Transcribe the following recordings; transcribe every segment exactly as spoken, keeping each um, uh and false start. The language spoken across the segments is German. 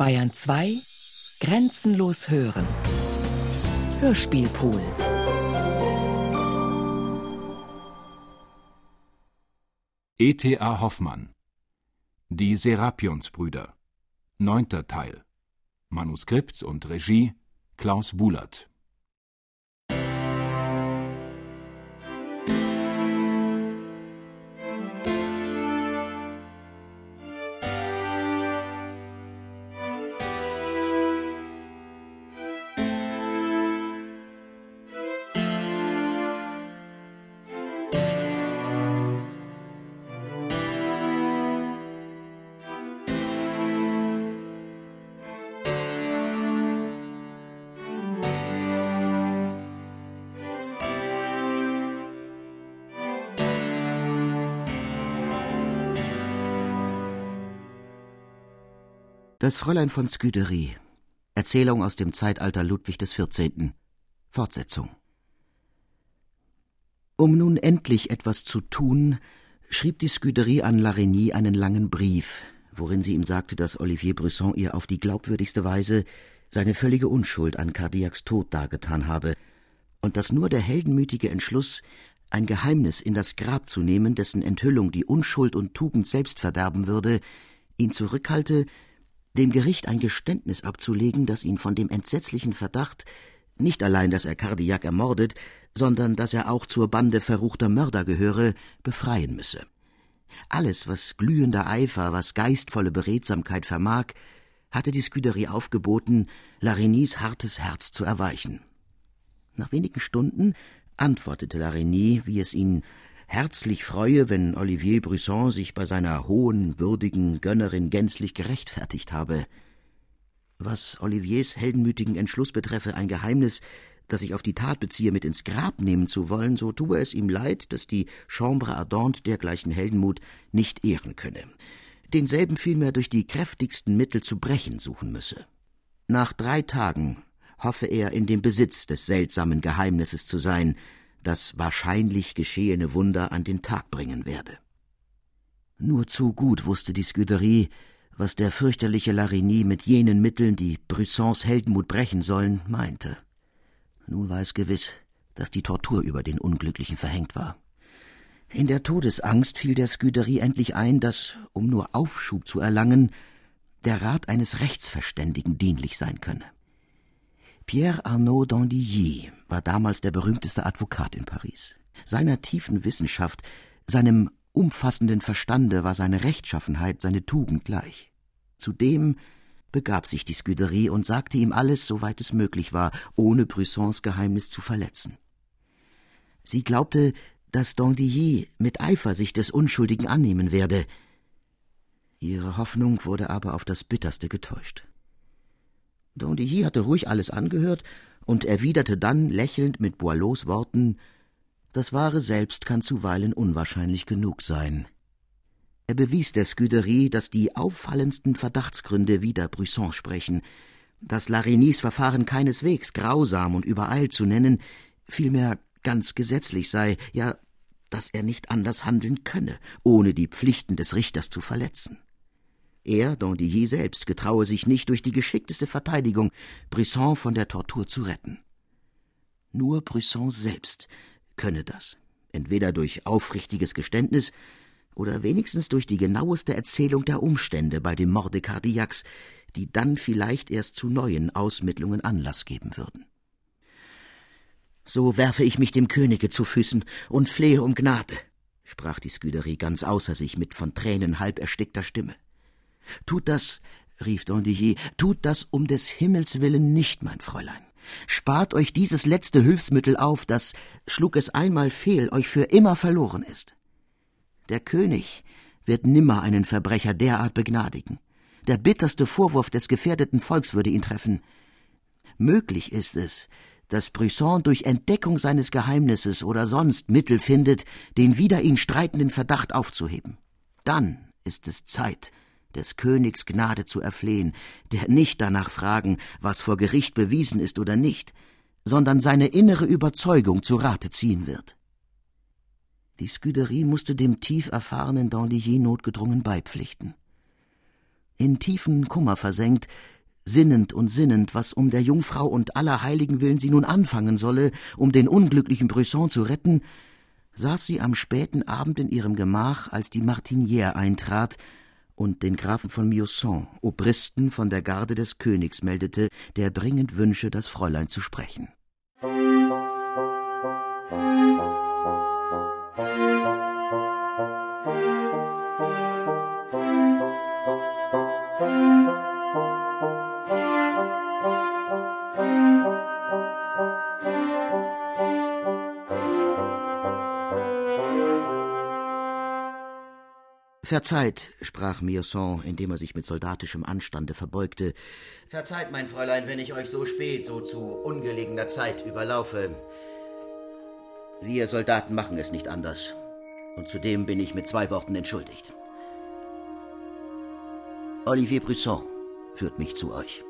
Bayern zwei Grenzenlos hören. Hörspielpool. E T A Hoffmann. Die Serapionsbrüder. Neunter Teil. Manuskript und Regie Klaus Bulert. Das Fräulein von Scudéry. Erzählung aus dem Zeitalter Ludwig des Vierzehnten. Fortsetzung. Um nun endlich etwas zu tun, schrieb die Scudéry an Larigny einen langen Brief, worin sie ihm sagte, dass Olivier Brisson ihr auf die glaubwürdigste Weise seine völlige Unschuld an Cardillacs Tod dargetan habe und dass nur der heldenmütige Entschluss, ein Geheimnis in das Grab zu nehmen, dessen Enthüllung die Unschuld und Tugend selbst verderben würde, ihn zurückhalte, dem Gericht ein Geständnis abzulegen, das ihn von dem entsetzlichen Verdacht, nicht allein, dass er Cardillac ermordet, sondern dass er auch zur Bande verruchter Mörder gehöre, befreien müsse. Alles, was glühender Eifer, was geistvolle Beredsamkeit vermag, hatte die Scudéry aufgeboten, Larignys hartes Herz zu erweichen. Nach wenigen Stunden antwortete Larigny, wie es ihn herzlich freue, wenn Olivier Brisson sich bei seiner hohen, würdigen Gönnerin gänzlich gerechtfertigt habe. Was Oliviers heldenmütigen Entschluss betreffe, ein Geheimnis, das sich auf die Tat beziehe, mit ins Grab nehmen zu wollen, so tue es ihm leid, dass die Chambre ardente dergleichen Heldenmut nicht ehren könne, denselben vielmehr durch die kräftigsten Mittel zu brechen suchen müsse. Nach drei Tagen hoffe er, in dem Besitz des seltsamen Geheimnisses zu sein, das wahrscheinlich geschehene Wunder an den Tag bringen werde. Nur zu gut wusste die Scudéry, was der fürchterliche Larigny mit jenen Mitteln, die Brissons Heldenmut brechen sollen, meinte. Nun war es gewiss, dass die Tortur über den Unglücklichen verhängt war. In der Todesangst fiel der Scudéry endlich ein, dass, um nur Aufschub zu erlangen, der Rat eines Rechtsverständigen dienlich sein könne. Pierre Arnaud d'Andilly war damals der berühmteste Advokat in Paris. Seiner tiefen Wissenschaft, seinem umfassenden Verstande war seine Rechtschaffenheit, seine Tugend gleich. Zudem begab sich die Scudéry und sagte ihm alles, soweit es möglich war, ohne Brissons Geheimnis zu verletzen. Sie glaubte, dass d'Andilly mit Eifer sich des Unschuldigen annehmen werde. Ihre Hoffnung wurde aber auf das Bitterste getäuscht. d'Andilly hatte ruhig alles angehört und erwiderte dann lächelnd mit Boileaus Worten: »Das wahre Selbst kann zuweilen unwahrscheinlich genug sein.« Er bewies der Scudéry, dass die auffallendsten Verdachtsgründe wider Brisson sprechen, dass Larignys Verfahren keineswegs grausam und übereilt zu nennen, vielmehr ganz gesetzlich sei, ja, dass er nicht anders handeln könne, ohne die Pflichten des Richters zu verletzen. Er, d'Andilly selbst, getraue sich nicht, durch die geschickteste Verteidigung Brisson von der Tortur zu retten. Nur Brisson selbst könne das, entweder durch aufrichtiges Geständnis oder wenigstens durch die genaueste Erzählung der Umstände bei dem Morde Cardillacs, die dann vielleicht erst zu neuen Ausmittlungen Anlass geben würden. »So werfe ich mich dem Könige zu Füßen und flehe um Gnade«, sprach die Scudéry ganz außer sich mit von Tränen halb erstickter Stimme. »Tut das«, rief d'Andilly, »tut das um des Himmels willen nicht, mein Fräulein. Spart euch dieses letzte Hilfsmittel auf, das, schlug es einmal fehl, euch für immer verloren ist. Der König wird nimmer einen Verbrecher derart begnadigen. Der bitterste Vorwurf des gefährdeten Volks würde ihn treffen. Möglich ist es, dass Brisson durch Entdeckung seines Geheimnisses oder sonst Mittel findet, den wider ihn streitenden Verdacht aufzuheben. Dann ist es Zeit, des Königs Gnade zu erflehen, der nicht danach fragen, was vor Gericht bewiesen ist oder nicht, sondern seine innere Überzeugung zu Rate ziehen wird.« Die Scudéry musste dem tief erfahrenen d'Andilly notgedrungen beipflichten. In tiefen Kummer versenkt, sinnend und sinnend, was um der Jungfrau und aller Heiligen willen sie nun anfangen solle, um den unglücklichen Brisson zu retten, saß sie am späten Abend in ihrem Gemach, als die Martinière eintrat und den Grafen von Miusson, Obristen von der Garde des Königs, meldete, der dringend wünsche, das Fräulein zu sprechen. »Verzeiht«, sprach Miusson, indem er sich mit soldatischem Anstande verbeugte, »verzeiht, mein Fräulein, wenn ich euch so spät, so zu ungelegener Zeit überlaufe. Wir Soldaten machen es nicht anders. Und zudem bin ich mit zwei Worten entschuldigt. Olivier Brisson führt mich zu euch.«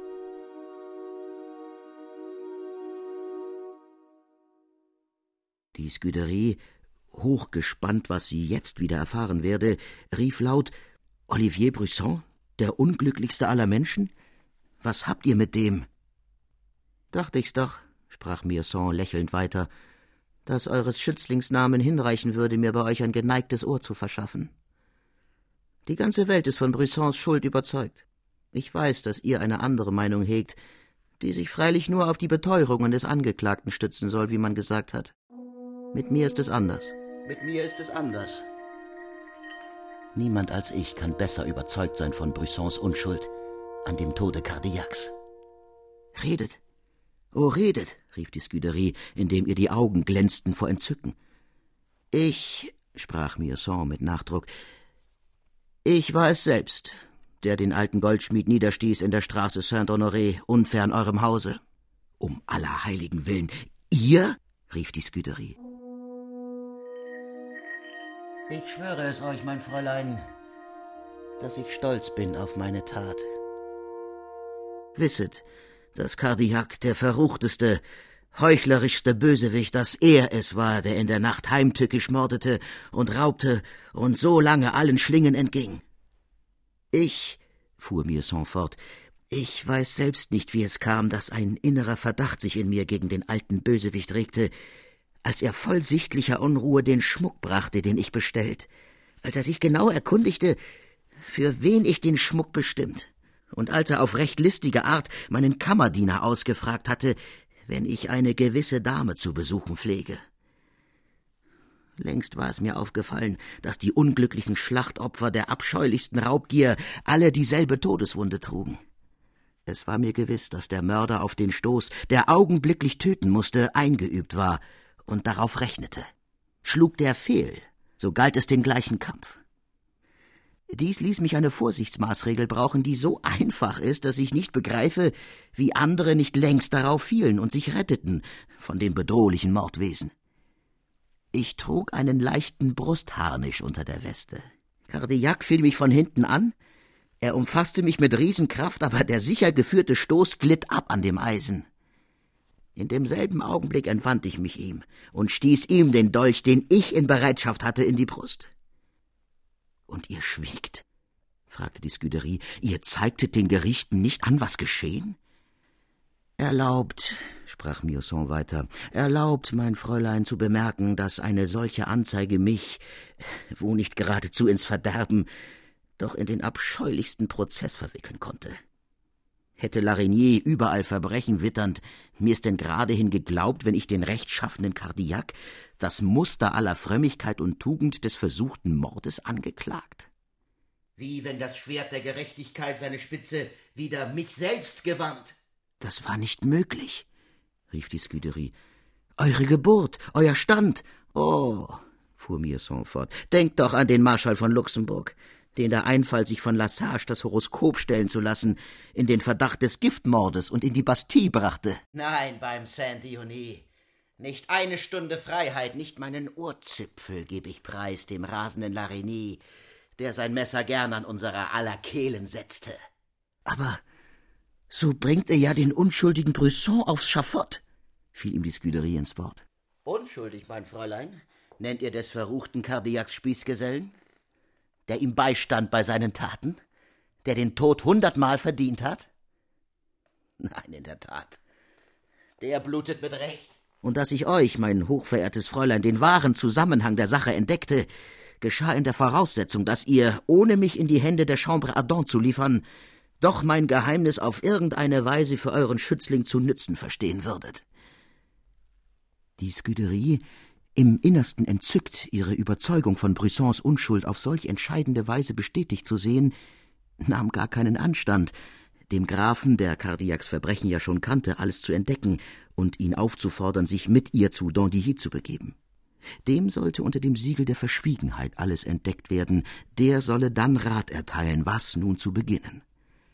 Die Scuderie, hochgespannt, was sie jetzt wieder erfahren werde, rief laut, »Olivier Brisson, der unglücklichste aller Menschen? Was habt ihr mit dem?« »Dachte ich's doch«, sprach Miusson lächelnd weiter, »dass eures Schützlings Namen hinreichen würde, mir bei euch ein geneigtes Ohr zu verschaffen. Die ganze Welt ist von Brissons Schuld überzeugt. Ich weiß, dass ihr eine andere Meinung hegt, die sich freilich nur auf die Beteuerungen des Angeklagten stützen soll, wie man gesagt hat. Mit mir ist es anders.« »Mit mir ist es anders. Niemand als ich kann besser überzeugt sein von Brissons Unschuld an dem Tode Cardillacs.« »Redet, oh, redet«, rief die Scuderie, indem ihr die Augen glänzten vor Entzücken. »Ich«, sprach Miusson mit Nachdruck, »ich war es selbst, der den alten Goldschmied niederstieß in der Straße Saint-Honoré, unfern eurem Hause.« »Um aller Heiligen willen, ihr?« rief die Scuderie. »Ich schwöre es euch, mein Fräulein, dass ich stolz bin auf meine Tat. Wisset, dass Cardillac, der verruchteste, heuchlerischste Bösewicht, dass er es war, der in der Nacht heimtückisch mordete und raubte und so lange allen Schlingen entging. Ich«, fuhr Miusson fort, »ich weiß selbst nicht, wie es kam, dass ein innerer Verdacht sich in mir gegen den alten Bösewicht regte, als er voll sichtlicher Unruhe den Schmuck brachte, den ich bestellt, als er sich genau erkundigte, für wen ich den Schmuck bestimmt, und als er auf recht listige Art meinen Kammerdiener ausgefragt hatte, wenn ich eine gewisse Dame zu besuchen pflege. Längst war es mir aufgefallen, dass die unglücklichen Schlachtopfer der abscheulichsten Raubgier alle dieselbe Todeswunde trugen. Es war mir gewiss, dass der Mörder auf den Stoß, der augenblicklich töten musste, eingeübt war und darauf rechnete. Schlug der fehl, so galt es den gleichen Kampf. Dies ließ mich eine Vorsichtsmaßregel brauchen, die so einfach ist, dass ich nicht begreife, wie andere nicht längst darauf fielen und sich retteten von dem bedrohlichen Mordwesen. Ich trug einen leichten Brustharnisch unter der Weste. Cardillac fiel mich von hinten an, er umfasste mich mit Riesenkraft, aber der sicher geführte Stoß glitt ab an dem Eisen. In demselben Augenblick entwand ich mich ihm und stieß ihm den Dolch, den ich in Bereitschaft hatte, in die Brust. »Und ihr schwiegt?« fragte die Scuderie. »Ihr zeigtet den Gerichten nicht an, was geschehen?« »Erlaubt«, sprach Miusson weiter, »erlaubt, mein Fräulein, zu bemerken, dass eine solche Anzeige mich, wo nicht geradezu ins Verderben, doch in den abscheulichsten Prozess verwickeln konnte. Hätte Larigny überall Verbrechen witternd mir's denn geradehin geglaubt, wenn ich den rechtschaffenen Cardillac, das Muster aller Frömmigkeit und Tugend des versuchten Mordes, angeklagt? Wie wenn das Schwert der Gerechtigkeit seine Spitze wider mich selbst gewandt. Das war nicht möglich, rief die Scuderie. Eure Geburt, euer Stand, oh, fuhr Miusson fort, denkt doch an den Marschall von Luxemburg, den der Einfall, sich von Lassage das Horoskop stellen zu lassen, in den Verdacht des Giftmordes und in die Bastille brachte. Nein, beim Saint-Dionis. Nicht eine Stunde Freiheit, nicht meinen Ohrzipfel gebe ich preis dem rasenden Larigny, der sein Messer gern an unserer aller Kehlen setzte. Aber so bringt er ja den unschuldigen Brisson aufs Schafott, fiel ihm die Scuderie ins Wort. Unschuldig, mein Fräulein? Nennt ihr des verruchten Cardillacs Spießgesellen? Der ihm beistand bei seinen Taten? Der den Tod hundertmal verdient hat? Nein, in der Tat. Der blutet mit Recht. Und dass ich euch, mein hochverehrtes Fräulein, den wahren Zusammenhang der Sache entdeckte, geschah in der Voraussetzung, dass ihr, ohne mich in die Hände der Chambre Ardente zu liefern, doch mein Geheimnis auf irgendeine Weise für euren Schützling zu nützen verstehen würdet. Die Scuderie, im Innersten entzückt, ihre Überzeugung von Brissons Unschuld auf solch entscheidende Weise bestätigt zu sehen, nahm gar keinen Anstand, dem Grafen, der Cardillacs Verbrechen ja schon kannte, alles zu entdecken und ihn aufzufordern, sich mit ihr zu Dandilly zu begeben. Dem sollte unter dem Siegel der Verschwiegenheit alles entdeckt werden, der solle dann Rat erteilen, was nun zu beginnen.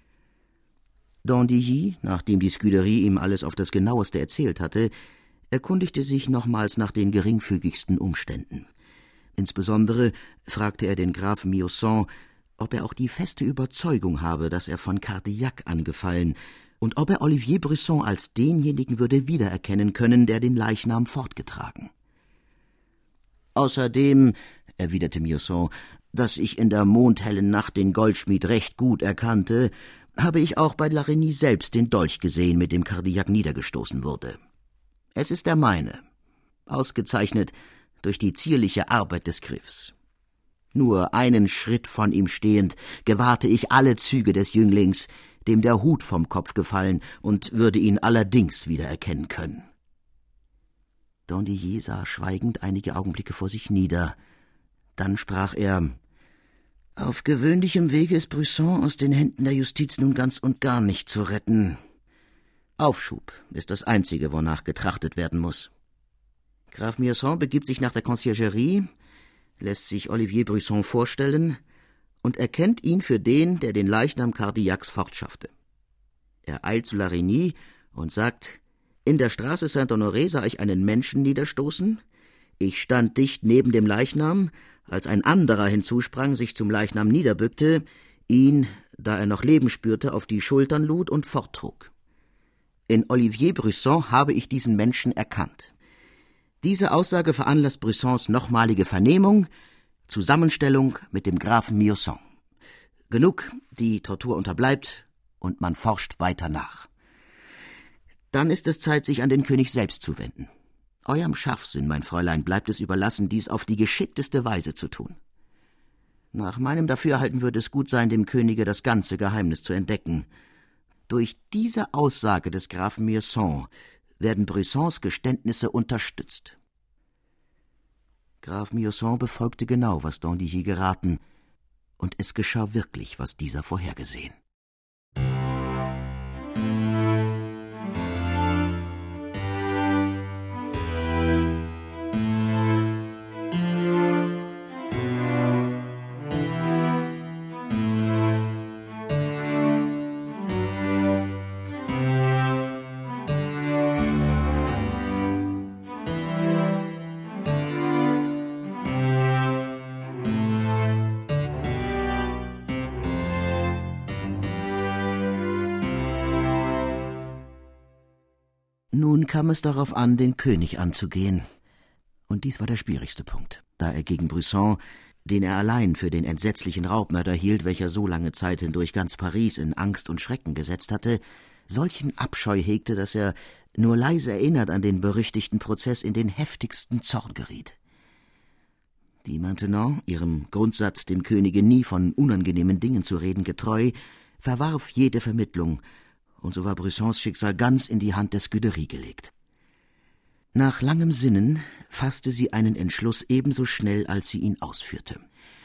Dandilly, nachdem die Scuderie ihm alles auf das Genaueste erzählt hatte, erkundigte sich nochmals nach den geringfügigsten Umständen. Insbesondere fragte er den Grafen Miosson, ob er auch die feste Überzeugung habe, dass er von Cardillac angefallen, und ob er Olivier Brisson als denjenigen würde wiedererkennen können, der den Leichnam fortgetragen. Außerdem, erwiderte Miosson, dass ich in der mondhellen Nacht den Goldschmied recht gut erkannte, habe ich auch bei Larigny selbst den Dolch gesehen, mit dem Cardillac niedergestoßen wurde. Es ist der meine, ausgezeichnet durch die zierliche Arbeit des Griffs. Nur einen Schritt von ihm stehend gewahrte ich alle Züge des Jünglings, dem der Hut vom Kopf gefallen, und würde ihn allerdings wiedererkennen können. Dandilly sah schweigend einige Augenblicke vor sich nieder. Dann sprach er: »Auf gewöhnlichem Wege ist Brisson aus den Händen der Justiz nun ganz und gar nicht zu retten. Aufschub ist das Einzige, wonach getrachtet werden muss. Graf Miosson begibt sich nach der Conciergerie, lässt sich Olivier Brisson vorstellen und erkennt ihn für den, der den Leichnam Cardillacs fortschaffte. Er eilt zu Larigny und sagt: »In der Straße Saint-Honoré sah ich einen Menschen niederstoßen. Ich stand dicht neben dem Leichnam, als ein anderer hinzusprang, sich zum Leichnam niederbückte, ihn, da er noch Leben spürte, auf die Schultern lud und forttrug. In Olivier Brisson habe ich diesen Menschen erkannt. Diese Aussage veranlasst Brissons nochmalige Vernehmung, Zusammenstellung mit dem Grafen Miosson. Genug, die Tortur unterbleibt und man forscht weiter nach. Dann ist es Zeit, sich an den König selbst zu wenden. Eurem Scharfsinn, mein Fräulein, bleibt es überlassen, dies auf die geschickteste Weise zu tun. Nach meinem Dafürhalten würde es gut sein, dem Könige das ganze Geheimnis zu entdecken. Durch diese Aussage des Grafen Miosson werden Brissons Geständnisse unterstützt.« Graf Miosson befolgte genau, was Dandilly geraten, und es geschah wirklich, was dieser vorhergesehen. Nun kam es darauf an, den König anzugehen. Und dies war der schwierigste Punkt, da er gegen Brisson, den er allein für den entsetzlichen Raubmörder hielt, welcher so lange Zeit hindurch ganz Paris in Angst und Schrecken gesetzt hatte, solchen Abscheu hegte, dass er, nur leise erinnert an den berüchtigten Prozess, in den heftigsten Zorn geriet. Die Maintenon, ihrem Grundsatz, dem Könige nie von unangenehmen Dingen zu reden, getreu, verwarf jede Vermittlung, und so war Brissons Schicksal ganz in die Hand der Scuderie gelegt. Nach langem Sinnen fasste sie einen Entschluss ebenso schnell, als sie ihn ausführte.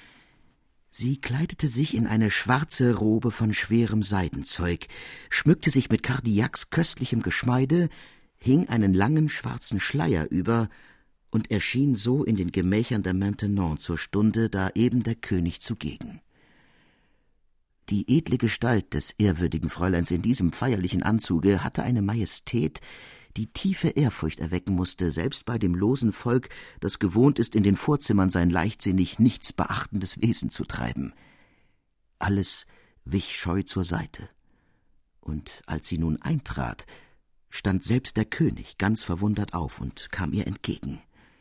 Sie kleidete sich in eine schwarze Robe von schwerem Seidenzeug, schmückte sich mit Cardillacs köstlichem Geschmeide, hing einen langen schwarzen Schleier über und erschien so in den Gemächern der Maintenon zur Stunde, da eben der König zugegen. Die edle Gestalt des ehrwürdigen Fräuleins in diesem feierlichen Anzuge hatte eine Majestät, die tiefe Ehrfurcht erwecken musste, selbst bei dem losen Volk, das gewohnt ist, in den Vorzimmern sein leichtsinnig, nichts beachtendes Wesen zu treiben. Alles wich scheu zur Seite. Und als sie nun eintrat, stand selbst der König ganz verwundert auf und kam ihr entgegen.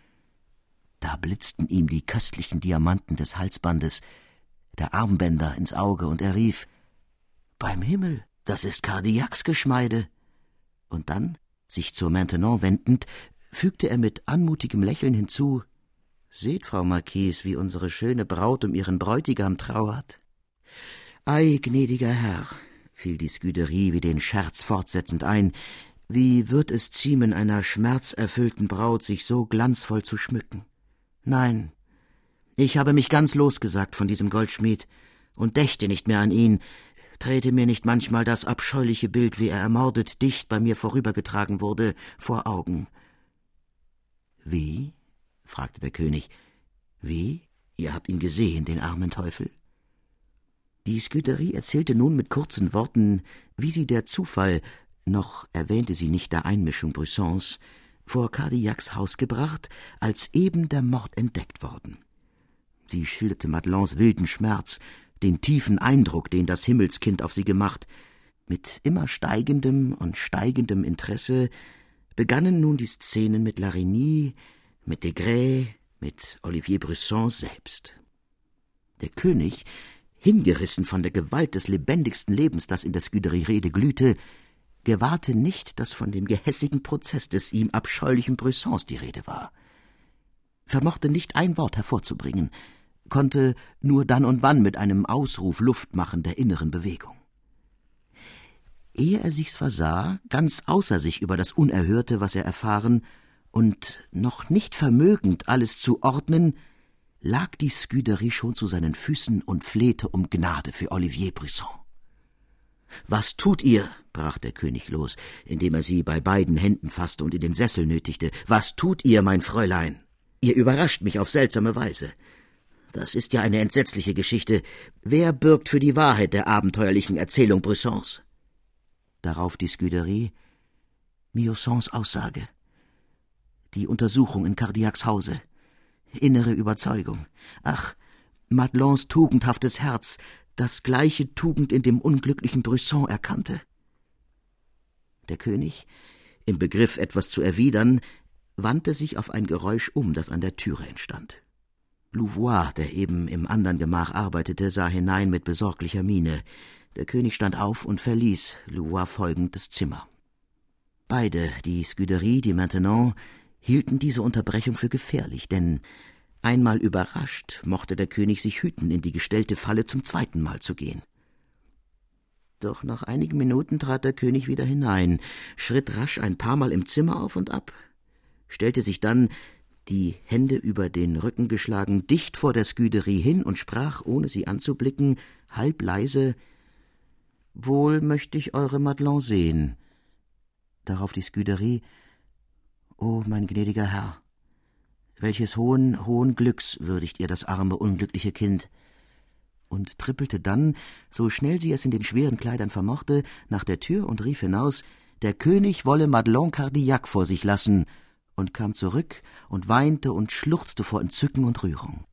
Da blitzten ihm die köstlichen Diamanten des Halsbandes, der Armbänder ins Auge, und er rief: »Beim Himmel, das ist Cardillacs Geschmeide. Und dann, sich zur Maintenon wendend, fügte er mit anmutigem Lächeln hinzu: »Seht, Frau Marquise, wie unsere schöne Braut um ihren Bräutigam trauert.« »Ei, gnädiger Herr«, fiel die Scuderie wie den Scherz fortsetzend ein, »wie wird es ziemen, einer schmerzerfüllten Braut sich so glanzvoll zu schmücken? Nein, ich habe mich ganz losgesagt von diesem Goldschmied und dächte nicht mehr an ihn, trete mir nicht manchmal das abscheuliche Bild, wie er ermordet, dicht bei mir vorübergetragen wurde, vor Augen.« »Wie?« fragte der König. »Wie? Ihr habt ihn gesehen, den armen Teufel?« Die Scuderie erzählte nun mit kurzen Worten, wie sie der Zufall, noch erwähnte sie nicht der Einmischung Brissons, vor Cardillacs Haus gebracht, als eben der Mord entdeckt worden. Sie schilderte Madelons wilden Schmerz, den tiefen Eindruck, den das Himmelskind auf sie gemacht. Mit immer steigendem und steigendem Interesse begannen nun die Szenen mit Larigny, mit Desgrais, mit Olivier Brisson selbst. Der König, hingerissen von der Gewalt des lebendigsten Lebens, das in der Scuderie-Rede glühte, gewahrte nicht, dass von dem gehässigen Prozess des ihm abscheulichen Brissons die Rede war, vermochte nicht ein Wort hervorzubringen, konnte nur dann und wann mit einem Ausruf Luft machen der inneren Bewegung. Ehe er sich's versah, ganz außer sich über das Unerhörte, was er erfahren, und noch nicht vermögend, alles zu ordnen, lag die Scuderie schon zu seinen Füßen und flehte um Gnade für Olivier Brisson. »Was tut ihr?« brach der König los, indem er sie bei beiden Händen fasste und in den Sessel nötigte. »Was tut ihr, mein Fräulein? Ihr überrascht mich auf seltsame Weise. Das ist ja eine entsetzliche Geschichte. Wer bürgt für die Wahrheit der abenteuerlichen Erzählung Brissons?« Darauf die Scuderie: »Miossons Aussage. Die Untersuchung in Cardillacs Hause. Innere Überzeugung. Ach, Madelons tugendhaftes Herz, das gleiche Tugend in dem unglücklichen Brisson erkannte.« Der König, im Begriff etwas zu erwidern, wandte sich auf ein Geräusch um, das an der Türe entstand. Louvois, der eben im andern Gemach arbeitete, sah hinein mit besorglicher Miene. Der König stand auf und verließ, Louvois folgend, das Zimmer. Beide, die Scuderie, die Maintenon, hielten diese Unterbrechung für gefährlich, denn einmal überrascht, mochte der König sich hüten, in die gestellte Falle zum zweiten Mal zu gehen. Doch nach einigen Minuten trat der König wieder hinein, schritt rasch ein paar Mal im Zimmer auf und ab, stellte sich dann, die Hände über den Rücken geschlagen, dicht vor der Scuderie hin und sprach, ohne sie anzublicken, halb leise: »Wohl möchte ich eure Madelon sehen.« Darauf die Scuderie: »O, mein gnädiger Herr, welches hohen, hohen Glücks würdigt ihr das arme, unglückliche Kind«, und trippelte dann, so schnell sie es in den schweren Kleidern vermochte, nach der Tür und rief hinaus, der König wolle Madelon Cardillac vor sich lassen, und kam zurück und weinte und schluchzte vor Entzücken und Rührung.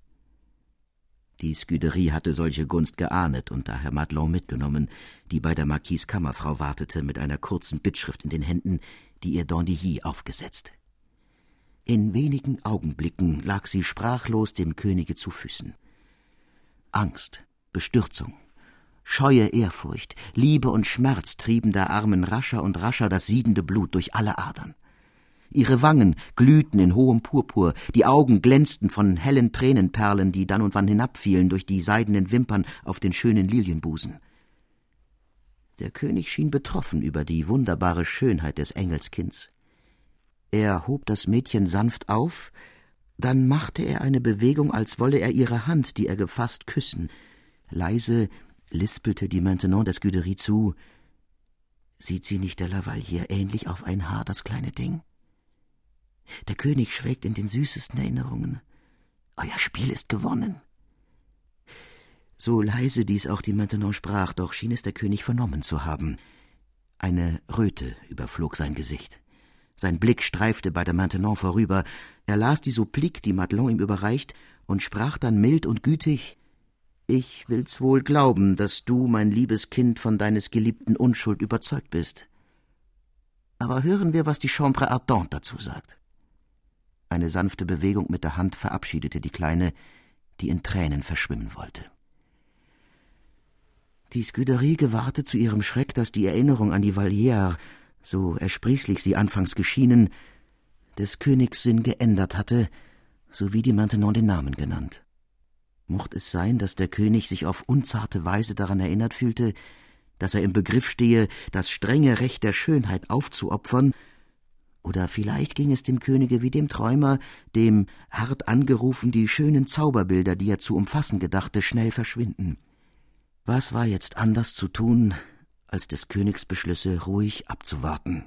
Die Scuderie hatte solche Gunst geahnet und daher Madelon mitgenommen, die bei der Marquise Kammerfrau wartete, mit einer kurzen Bittschrift in den Händen, die ihr Dandilly aufgesetzt. In wenigen Augenblicken lag sie sprachlos dem Könige zu Füßen. Angst, Bestürzung, scheue Ehrfurcht, Liebe und Schmerz trieben der Armen rascher und rascher das siedende Blut durch alle Adern. Ihre Wangen glühten in hohem Purpur, die Augen glänzten von hellen Tränenperlen, die dann und wann hinabfielen durch die seidenen Wimpern auf den schönen Lilienbusen. Der König schien betroffen über die wunderbare Schönheit des Engelskinds. Er hob das Mädchen sanft auf, dann machte er eine Bewegung, als wolle er ihre Hand, die er gefasst, küssen. Leise lispelte die Maintenon der Scuderie zu: »Sieht sie nicht der Lavalier ähnlich auf ein Haar, das kleine Ding? Der König schwelgt in den süßesten Erinnerungen. Euer Spiel ist gewonnen.« So leise dies auch die Maintenon sprach, doch schien es der König vernommen zu haben. Eine Röte überflog sein Gesicht. Sein Blick streifte bei der Maintenon vorüber. Er las die Supplik, die Madelon ihm überreicht, und sprach dann mild und gütig: »Ich will's wohl glauben, dass du, mein liebes Kind, von deines Geliebten Unschuld überzeugt bist. Aber hören wir, was die Chambre Ardente dazu sagt.« Eine sanfte Bewegung mit der Hand verabschiedete die Kleine, die in Tränen verschwimmen wollte. Die Scuderie gewahrte zu ihrem Schreck, dass die Erinnerung an die Vallière, so ersprießlich sie anfangs geschienen, des Königs Sinn geändert hatte, sowie die Maintenon den Namen genannt. Mocht es sein, dass der König sich auf unzarte Weise daran erinnert fühlte, dass er im Begriff stehe, das strenge Recht der Schönheit aufzuopfern, oder vielleicht ging es dem Könige wie dem Träumer, dem, hart angerufen, die schönen Zauberbilder, die er zu umfassen gedachte, schnell verschwinden. Was war jetzt anders zu tun, als des Königs Beschlüsse ruhig abzuwarten?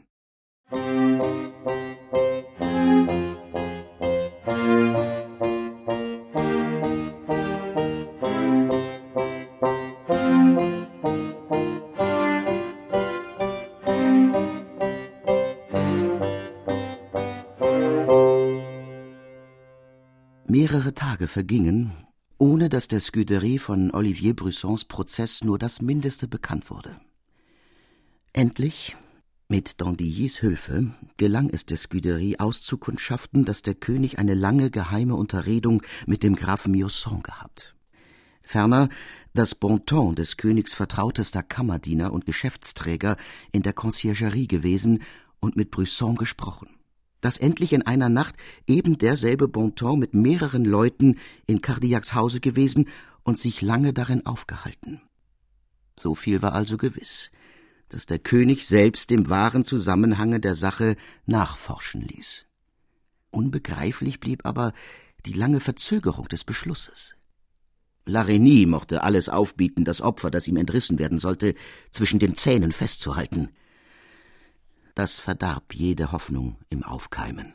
Mehrere Tage vergingen, ohne dass der Scuderie von Olivier Brissons Prozess nur das Mindeste bekannt wurde. Endlich, mit D'Andillys Hilfe, gelang es der Scuderie auszukundschaften, dass der König eine lange geheime Unterredung mit dem Grafen Miusson gehabt. Ferner, dass Bontemps, des Königs vertrautester Kammerdiener und Geschäftsträger, in der Conciergerie gewesen und mit Brisson gesprochen. Dass endlich in einer Nacht eben derselbe Bontemps mit mehreren Leuten in Cardillacs Hause gewesen und sich lange darin aufgehalten. So viel war also gewiss, dass der König selbst dem wahren Zusammenhange der Sache nachforschen ließ. Unbegreiflich blieb aber die lange Verzögerung des Beschlusses. Larigny mochte alles aufbieten, das Opfer, das ihm entrissen werden sollte, zwischen den Zähnen festzuhalten. Das verdarb jede Hoffnung im Aufkeimen.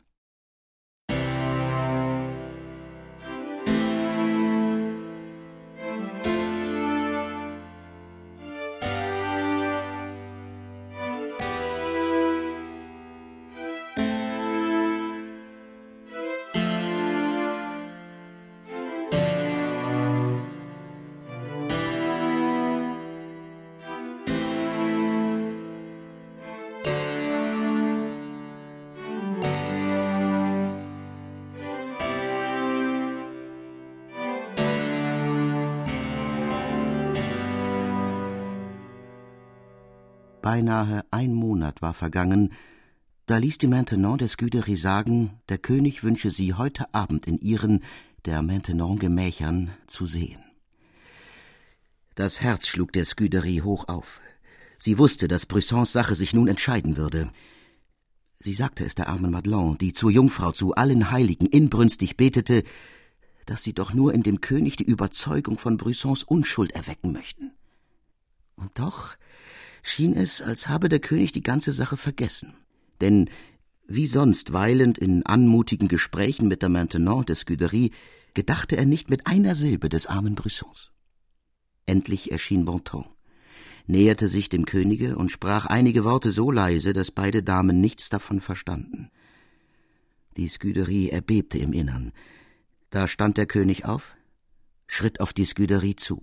Beinahe ein Monat war vergangen, da ließ die Maintenon der Scuderie sagen, der König wünsche sie heute Abend in ihren, der Maintenon Gemächern, zu sehen. Das Herz schlug der Scuderie hoch auf. Sie wusste, dass Brissons Sache sich nun entscheiden würde. Sie sagte es der armen Madelon, die zur Jungfrau zu allen Heiligen inbrünstig betete, dass sie doch nur in dem König die Überzeugung von Brissons Unschuld erwecken möchten. Und doch schien es, als habe der König die ganze Sache vergessen. Denn wie sonst weilend in anmutigen Gesprächen mit der Maintenon der Scuderie gedachte er nicht mit einer Silbe des armen Brissons. Endlich erschien Bontemps, näherte sich dem Könige und sprach einige Worte so leise, dass beide Damen nichts davon verstanden. Die Scuderie erbebte im Innern. Da stand der König auf, schritt auf die Scuderie zu.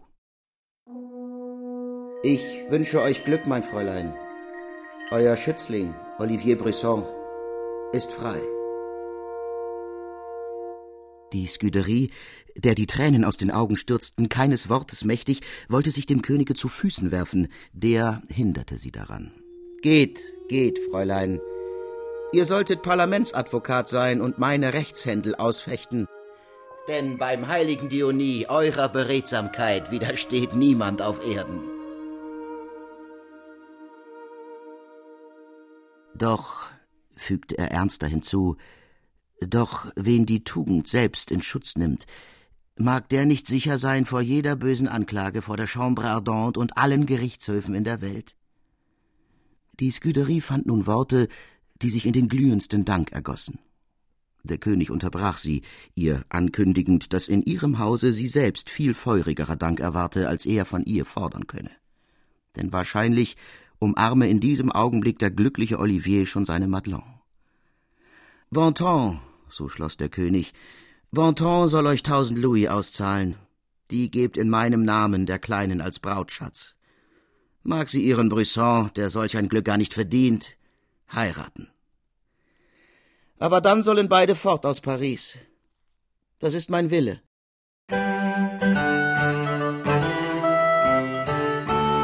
»Ich wünsche euch Glück, mein Fräulein. Euer Schützling, Olivier Brisson, ist frei.« Die Scuderie, der die Tränen aus den Augen stürzten, keines Wortes mächtig, wollte sich dem Könige zu Füßen werfen. Der hinderte sie daran. »Geht, geht, Fräulein. Ihr solltet Parlamentsadvokat sein und meine Rechtshändel ausfechten. Denn beim heiligen Dionis eurer Beredsamkeit widersteht niemand auf Erden.« Doch, fügte er ernster hinzu, doch wen die Tugend selbst in Schutz nimmt, mag der nicht sicher sein vor jeder bösen Anklage vor der Chambre Ardente und allen Gerichtshöfen in der Welt. Die Scuderie fand nun Worte, die sich in den glühendsten Dank ergossen. Der König unterbrach sie, ihr ankündigend, dass in ihrem Hause sie selbst viel feurigerer Dank erwarte, als er von ihr fordern könne. Denn wahrscheinlich umarme in diesem Augenblick der glückliche Olivier schon seine Madelon. »Bontemps«, so schloss der König, »Bontemps soll euch tausend Louis auszahlen. Die gebt in meinem Namen der Kleinen als Brautschatz. Mag sie ihren Brisson, der solch ein Glück gar nicht verdient, heiraten. Aber dann sollen beide fort aus Paris. Das ist mein Wille.«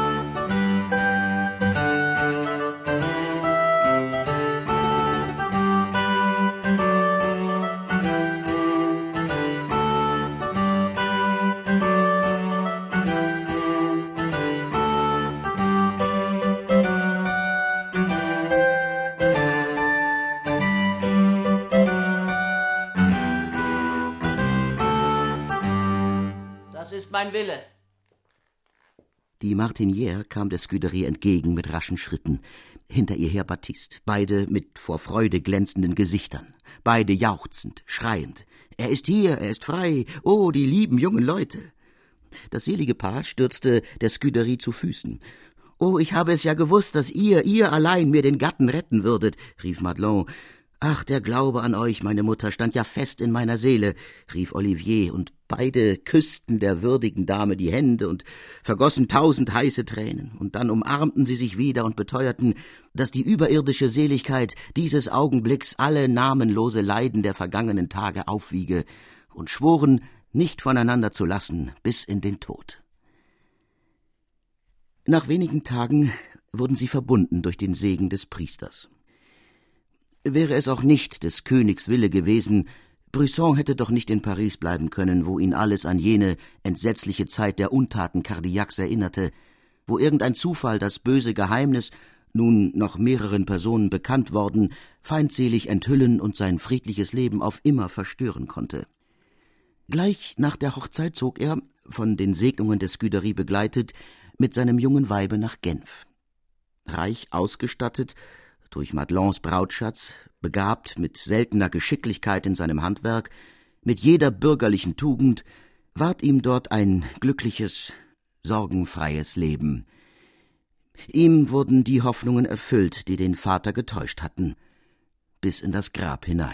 mein Wille. Die Martinière kam der Scuderie entgegen mit raschen Schritten. Hinter ihr her Baptiste, beide mit vor Freude glänzenden Gesichtern, beide jauchzend, schreiend. Er ist hier, er ist frei, oh, die lieben jungen Leute. Das selige Paar stürzte der Scuderie zu Füßen. »Oh, ich habe es ja gewusst, dass ihr, ihr allein mir den Gatten retten würdet«, rief Madelon. »Ach, der Glaube an euch, meine Mutter, stand ja fest in meiner Seele«, rief Olivier, und beide küssten der würdigen Dame die Hände und vergossen tausend heiße Tränen, und dann umarmten sie sich wieder und beteuerten, dass die überirdische Seligkeit dieses Augenblicks alle namenlose Leiden der vergangenen Tage aufwiege, und schworen, nicht voneinander zu lassen bis in den Tod. Nach wenigen Tagen wurden sie verbunden durch den Segen des Priesters. Wäre es auch nicht des Königs Wille gewesen, Brisson hätte doch nicht in Paris bleiben können, wo ihn alles an jene entsetzliche Zeit der Untaten Cardillacs erinnerte, wo irgendein Zufall das böse Geheimnis, nun noch mehreren Personen bekannt worden, feindselig enthüllen und sein friedliches Leben auf immer verstören konnte. Gleich nach der Hochzeit zog er, von den Segnungen der Scuderie begleitet, mit seinem jungen Weibe nach Genf. Reich ausgestattet, durch Madelons Brautschatz, begabt mit seltener Geschicklichkeit in seinem Handwerk, mit jeder bürgerlichen Tugend, ward ihm dort ein glückliches, sorgenfreies Leben. Ihm wurden die Hoffnungen erfüllt, die den Vater getäuscht hatten, bis in das Grab hinein.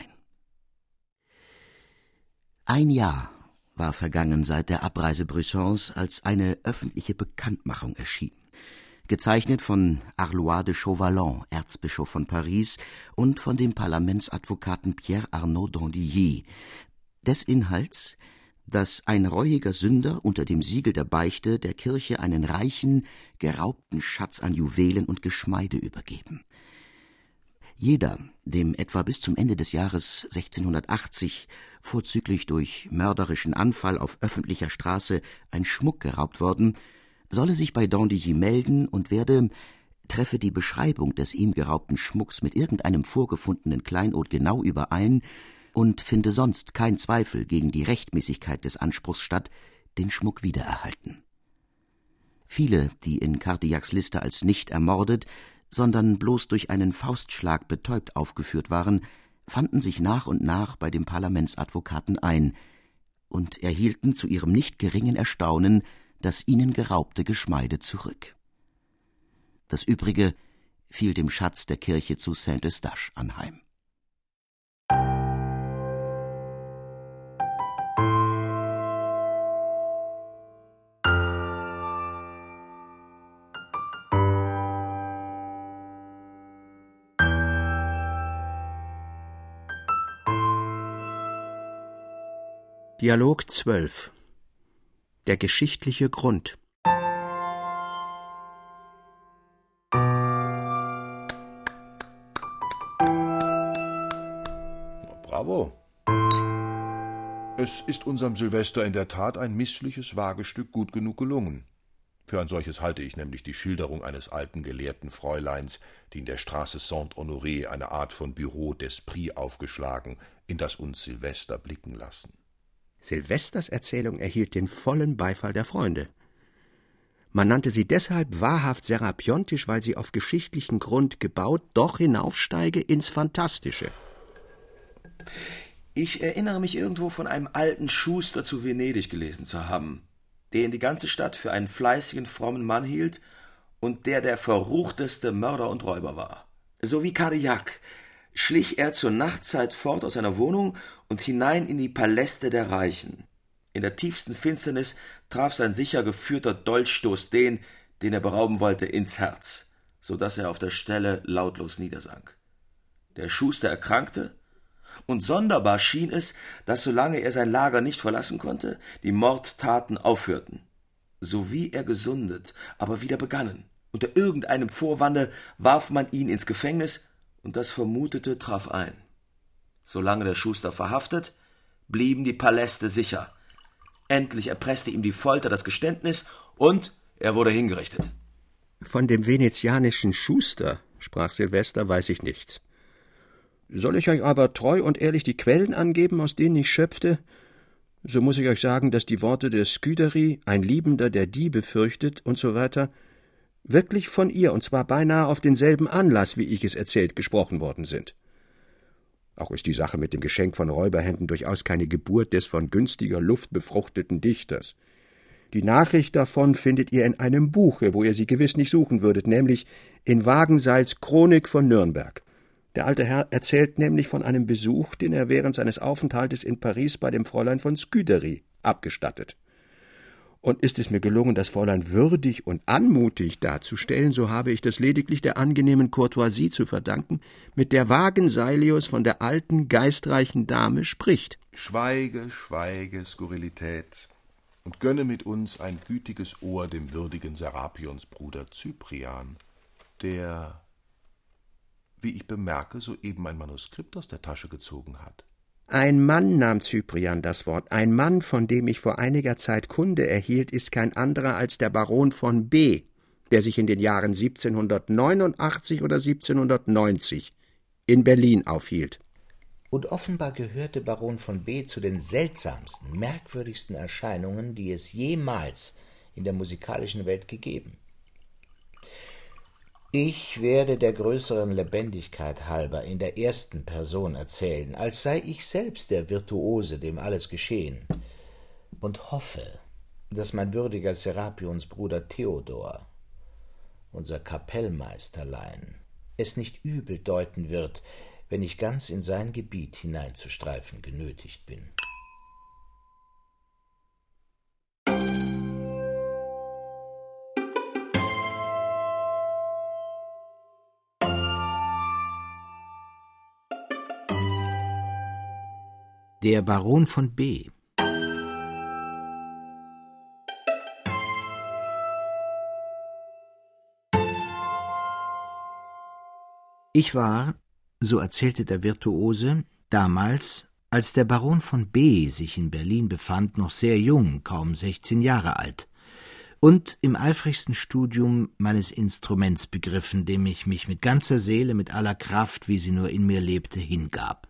Ein Jahr war vergangen seit der Abreise Brissons, als eine öffentliche Bekanntmachung erschien, gezeichnet von Arlois de Chauvalon, Erzbischof von Paris, und von dem Parlamentsadvokaten Pierre Arnaud d'Andilly, des Inhalts, dass ein reuiger Sünder unter dem Siegel der Beichte der Kirche einen reichen, geraubten Schatz an Juwelen und Geschmeide übergeben. Jeder, dem etwa bis zum Ende des Jahres sechzehnhundertachtzig vorzüglich durch mörderischen Anfall auf öffentlicher Straße ein Schmuck geraubt worden, solle sich bei d'Andilly melden und werde, treffe die Beschreibung des ihm geraubten Schmucks mit irgendeinem vorgefundenen Kleinod genau überein und finde sonst kein Zweifel gegen die Rechtmäßigkeit des Anspruchs statt, den Schmuck wiedererhalten. Viele, die in Cardillacs Liste als nicht ermordet, sondern bloß durch einen Faustschlag betäubt aufgeführt waren, fanden sich nach und nach bei dem Parlamentsadvokaten ein und erhielten zu ihrem nicht geringen Erstaunen das ihnen geraubte Geschmeide zurück. Das Übrige fiel dem Schatz der Kirche zu Saint-Eustache anheim. Dialog zwölf. Der geschichtliche Grund. Bravo. Es ist unserem Silvester in der Tat ein missliches Wagestück gut genug gelungen. Für ein solches halte ich nämlich die Schilderung eines alten gelehrten Fräuleins, die in der Straße Saint-Honoré eine Art von Bureau d'Esprit aufgeschlagen, in das uns Silvester blicken lassen. Silvesters Erzählung erhielt den vollen Beifall der Freunde. Man nannte sie deshalb wahrhaft serapiontisch, weil sie auf geschichtlichen Grund gebaut doch hinaufsteige ins Fantastische. Ich erinnere mich irgendwo von einem alten Schuster zu Venedig gelesen zu haben, der in die ganze Stadt für einen fleißigen, frommen Mann hielt und der der verruchteste Mörder und Räuber war. So wie Cardillac schlich er zur Nachtzeit fort aus seiner Wohnung und hinein in die Paläste der Reichen. In der tiefsten Finsternis traf sein sicher geführter Dolchstoß den, den er berauben wollte, ins Herz, so daß er auf der Stelle lautlos niedersank. Der Schuster erkrankte, und sonderbar schien es, dass solange er sein Lager nicht verlassen konnte, die Mordtaten aufhörten. Sowie er gesundet, aber wieder begannen. Unter irgendeinem Vorwande warf man ihn ins Gefängnis, und das Vermutete traf ein. Solange der Schuster verhaftet, blieben die Paläste sicher. Endlich erpresste ihm die Folter das Geständnis, und er wurde hingerichtet. Von dem venezianischen Schuster, sprach Silvester, weiß ich nichts. Soll ich euch aber treu und ehrlich die Quellen angeben, aus denen ich schöpfte, so muss ich euch sagen, dass die Worte der Scudéry, ein Liebender, der Diebe fürchtet und so weiter, wirklich von ihr, und zwar beinahe auf denselben Anlass, wie ich es erzählt, gesprochen worden sind. Auch ist die Sache mit dem Geschenk von Räuberhänden durchaus keine Geburt des von günstiger Luft befruchteten Dichters. Die Nachricht davon findet ihr in einem Buche, wo ihr sie gewiss nicht suchen würdet, nämlich in Wagenseils Chronik von Nürnberg. Der alte Herr erzählt nämlich von einem Besuch, den er während seines Aufenthaltes in Paris bei dem Fräulein von Scudéry abgestattet. Und ist es mir gelungen, das Fräulein würdig und anmutig darzustellen, so habe ich das lediglich der angenehmen Courtoisie zu verdanken, mit der Wagenseilius von der alten, geistreichen Dame spricht. Schweige, schweige, Skurrilität, und gönne mit uns ein gütiges Ohr dem würdigen Serapionsbruder Cyprian, der, wie ich bemerke, soeben ein Manuskript aus der Tasche gezogen hat. Ein Mann, nahm Cyprian das Wort, ein Mann, von dem ich vor einiger Zeit Kunde erhielt, ist kein anderer als der Baron von B., der sich in den Jahren siebzehnhundertneunundachtzig oder siebzehnhundertneunzig in Berlin aufhielt. Und offenbar gehörte Baron von B. zu den seltsamsten, merkwürdigsten Erscheinungen, die es jemals in der musikalischen Welt gegeben. Ich werde der größeren Lebendigkeit halber in der ersten Person erzählen, als sei ich selbst der Virtuose, dem alles geschehen, und hoffe, dass mein würdiger Serapionsbruder Theodor, unser Kapellmeisterlein, es nicht übel deuten wird, wenn ich ganz in sein Gebiet hineinzustreifen genötigt bin. Der Baron von B. Ich war, so erzählte der Virtuose, damals, als der Baron von B. sich in Berlin befand, noch sehr jung, kaum sechzehn Jahre alt, und im eifrigsten Studium meines Instruments begriffen, dem ich mich mit ganzer Seele, mit aller Kraft, wie sie nur in mir lebte, hingab.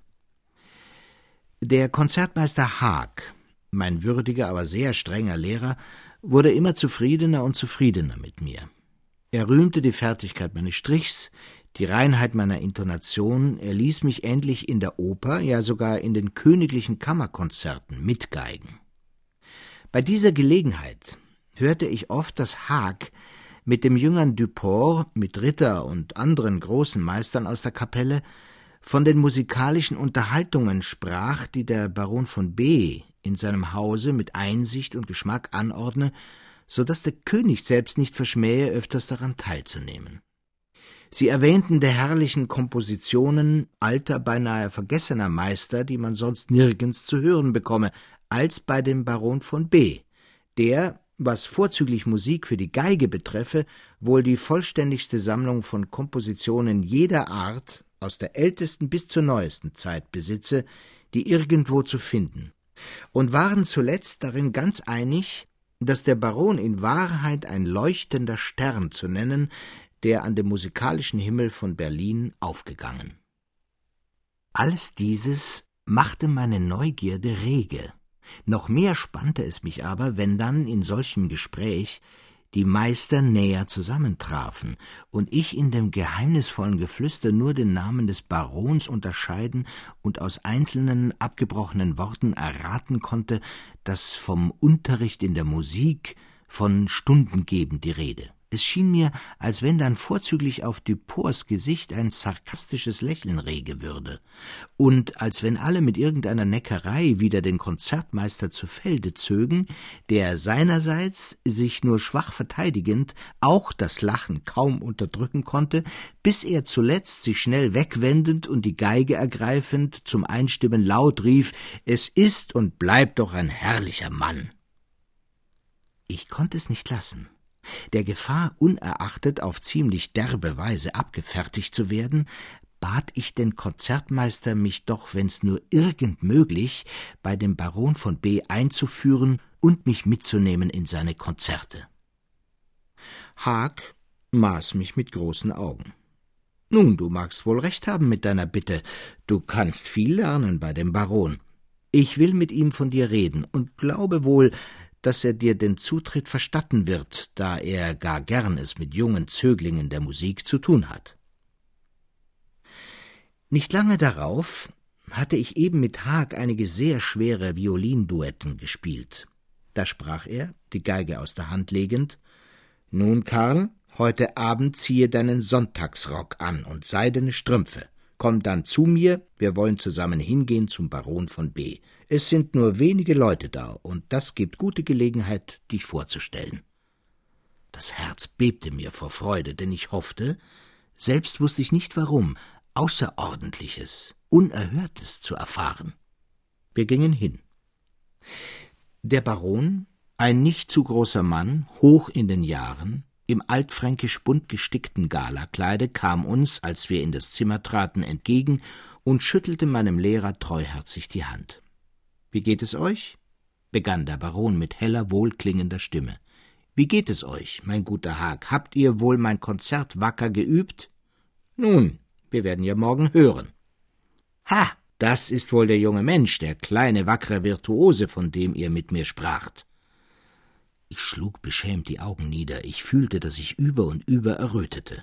Der Konzertmeister Haag, mein würdiger, aber sehr strenger Lehrer, wurde immer zufriedener und zufriedener mit mir. Er rühmte die Fertigkeit meines Strichs, die Reinheit meiner Intonation, er ließ mich endlich in der Oper, ja sogar in den königlichen Kammerkonzerten mitgeigen. Bei dieser Gelegenheit hörte ich oft, dass Haag mit dem jüngern Duport, mit Ritter und anderen großen Meistern aus der Kapelle, von den musikalischen Unterhaltungen sprach, die der Baron von B. in seinem Hause mit Einsicht und Geschmack anordne, so daß der König selbst nicht verschmähe, öfters daran teilzunehmen. Sie erwähnten der herrlichen Kompositionen alter, beinahe vergessener Meister, die man sonst nirgends zu hören bekomme, als bei dem Baron von B., der, was vorzüglich Musik für die Geige betreffe, wohl die vollständigste Sammlung von Kompositionen jeder Art aus der ältesten bis zur neuesten Zeit besitze, die irgendwo zu finden, und waren zuletzt darin ganz einig, dass der Baron in Wahrheit ein leuchtender Stern zu nennen, der an dem musikalischen Himmel von Berlin aufgegangen. Alles dieses machte meine Neugierde rege. Noch mehr spannte es mich aber, wenn dann in solchem Gespräch die Meister näher zusammentrafen und ich in dem geheimnisvollen Geflüster nur den Namen des Barons unterscheiden und aus einzelnen abgebrochenen Worten erraten konnte, dass vom Unterricht in der Musik, von Stundengeben die Rede. Es schien mir, als wenn dann vorzüglich auf Duports Gesicht ein sarkastisches Lächeln rege würde, und als wenn alle mit irgendeiner Neckerei wider den Konzertmeister zu Felde zögen, der seinerseits, sich nur schwach verteidigend, auch das Lachen kaum unterdrücken konnte, bis er zuletzt sich schnell wegwendend und die Geige ergreifend zum Einstimmen laut rief: »Es ist und bleibt doch ein herrlicher Mann!« Ich konnte es nicht lassen. Der Gefahr unerachtet auf ziemlich derbe Weise abgefertigt zu werden, bat ich den Konzertmeister, mich doch, wenn's nur irgend möglich, bei dem Baron von B. einzuführen und mich mitzunehmen in seine Konzerte. Haag maß mich mit großen Augen. »Nun, du magst wohl recht haben mit deiner Bitte. Du kannst viel lernen bei dem Baron. Ich will mit ihm von dir reden und glaube wohl, dass er dir den Zutritt verstatten wird, da er gar gern es mit jungen Zöglingen der Musik zu tun hat. Nicht lange darauf hatte ich eben mit Haag einige sehr schwere Violinduetten gespielt. Da sprach er, die Geige aus der Hand legend: »Nun, Karl, heute Abend ziehe deinen Sonntagsrock an und seidene Strümpfe. Komm dann zu mir, wir wollen zusammen hingehen zum Baron von B. Es sind nur wenige Leute da, und das gibt gute Gelegenheit, dich vorzustellen.« Das Herz bebte mir vor Freude, denn ich hoffte, selbst wusste ich nicht warum, Außerordentliches, Unerhörtes zu erfahren. Wir gingen hin. Der Baron, ein nicht zu großer Mann, hoch in den Jahren, im altfränkisch bunt gestickten Galakleide, kam uns, als wir in das Zimmer traten, entgegen und schüttelte meinem Lehrer treuherzig die Hand. »Wie geht es euch?« begann der Baron mit heller, wohlklingender Stimme. »Wie geht es euch, mein guter Haag? Habt ihr wohl mein Konzert wacker geübt? Nun, wir werden ja morgen hören.« »Ha, das ist wohl der junge Mensch, der kleine, wackere Virtuose, von dem ihr mit mir spracht.« Ich schlug beschämt die Augen nieder. Ich fühlte, dass ich über und über errötete.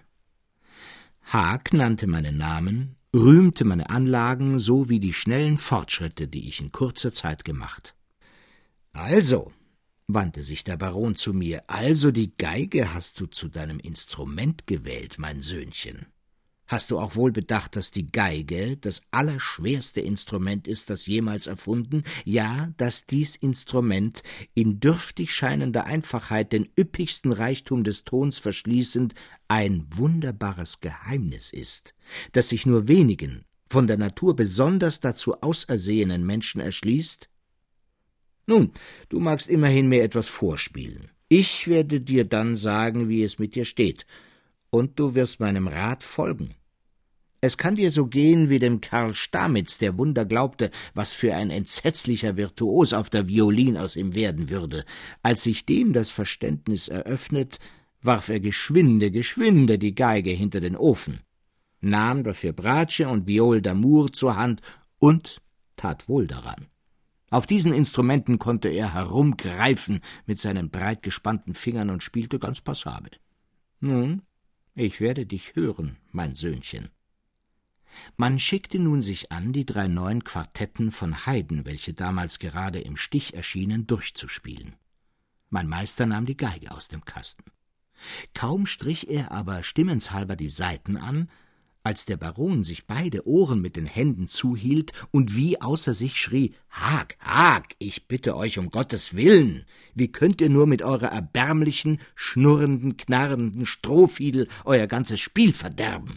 Haag nannte meinen Namen, rühmte meine Anlagen sowie die schnellen Fortschritte, die ich in kurzer Zeit gemacht. »Also«, wandte sich der Baron zu mir, »also die Geige hast du zu deinem Instrument gewählt, mein Söhnchen. Hast du auch wohl bedacht, dass die Geige das allerschwerste Instrument ist, das jemals erfunden, ja, dass dies Instrument in dürftig scheinender Einfachheit den üppigsten Reichtum des Tons verschließend ein wunderbares Geheimnis ist, das sich nur wenigen, von der Natur besonders dazu ausersehenen Menschen erschließt? Nun, du magst immerhin mir etwas vorspielen. Ich werde dir dann sagen, wie es mit dir steht, und du wirst meinem Rat folgen. Es kann dir so gehen wie dem Karl Stamitz, der Wunder glaubte, was für ein entsetzlicher Virtuos auf der Violin aus ihm werden würde. Als sich dem das Verständnis eröffnet, warf er geschwinde, geschwinde die Geige hinter den Ofen, nahm dafür Bratsche und Viol d'amour zur Hand und tat wohl daran. Auf diesen Instrumenten konnte er herumgreifen mit seinen breit gespannten Fingern und spielte ganz passabel. Nun, ich werde dich hören, mein Söhnchen. Man schickte nun sich an, die drei neuen Quartetten von Haydn, welche damals gerade im Stich erschienen, durchzuspielen. Mein Meister nahm die Geige aus dem Kasten. Kaum strich er aber stimmenshalber die Saiten an, als der Baron sich beide Ohren mit den Händen zuhielt und wie außer sich schrie: »Haag, Haag, ich bitte euch um Gottes Willen! Wie könnt ihr nur mit eurer erbärmlichen, schnurrenden, knarrenden Strohfiedel euer ganzes Spiel verderben?«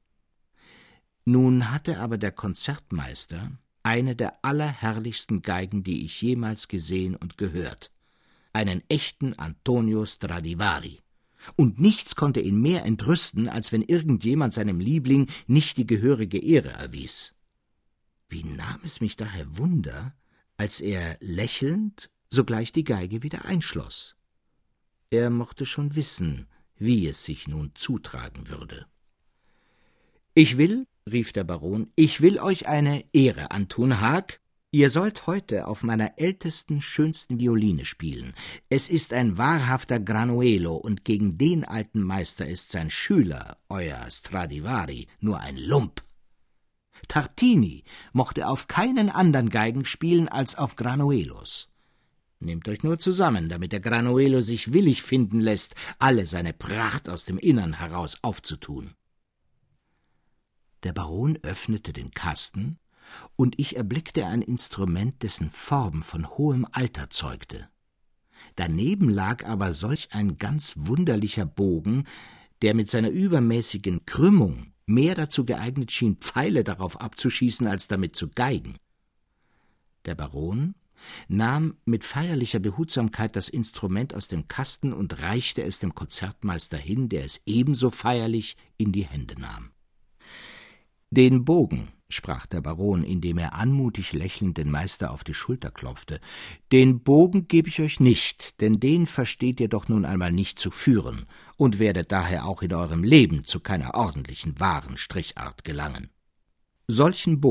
Nun hatte aber der Konzertmeister eine der allerherrlichsten Geigen, die ich jemals gesehen und gehört, einen echten Antonio Stradivari. Und nichts konnte ihn mehr entrüsten, als wenn irgendjemand seinem Liebling nicht die gehörige Ehre erwies. Wie nahm es mich daher Wunder, als er lächelnd sogleich die Geige wieder einschloss. Er mochte schon wissen, wie es sich nun zutragen würde. »Ich will«, rief der Baron, »ich will euch eine Ehre antun, Haag. Ihr sollt heute auf meiner ältesten, schönsten Violine spielen. Es ist ein wahrhafter Granuelo, und gegen den alten Meister ist sein Schüler, euer Stradivari, nur ein Lump. Tartini mochte auf keinen andern Geigen spielen als auf Granuelos. Nehmt euch nur zusammen, damit der Granuelo sich willig finden lässt, alle seine Pracht aus dem Innern heraus aufzutun.« Der Baron öffnete den Kasten, und ich erblickte ein Instrument, dessen Form von hohem Alter zeugte. Daneben lag aber solch ein ganz wunderlicher Bogen, der mit seiner übermäßigen Krümmung mehr dazu geeignet schien, Pfeile darauf abzuschießen, als damit zu geigen. Der Baron nahm mit feierlicher Behutsamkeit das Instrument aus dem Kasten und reichte es dem Konzertmeister hin, der es ebenso feierlich in die Hände nahm. »Den Bogen«, sprach der Baron, indem er anmutig lächelnd den Meister auf die Schulter klopfte, »den Bogen gebe ich euch nicht, denn den versteht ihr doch nun einmal nicht zu führen und werdet daher auch in eurem Leben zu keiner ordentlichen, wahren Strichart gelangen. Solchen Bogen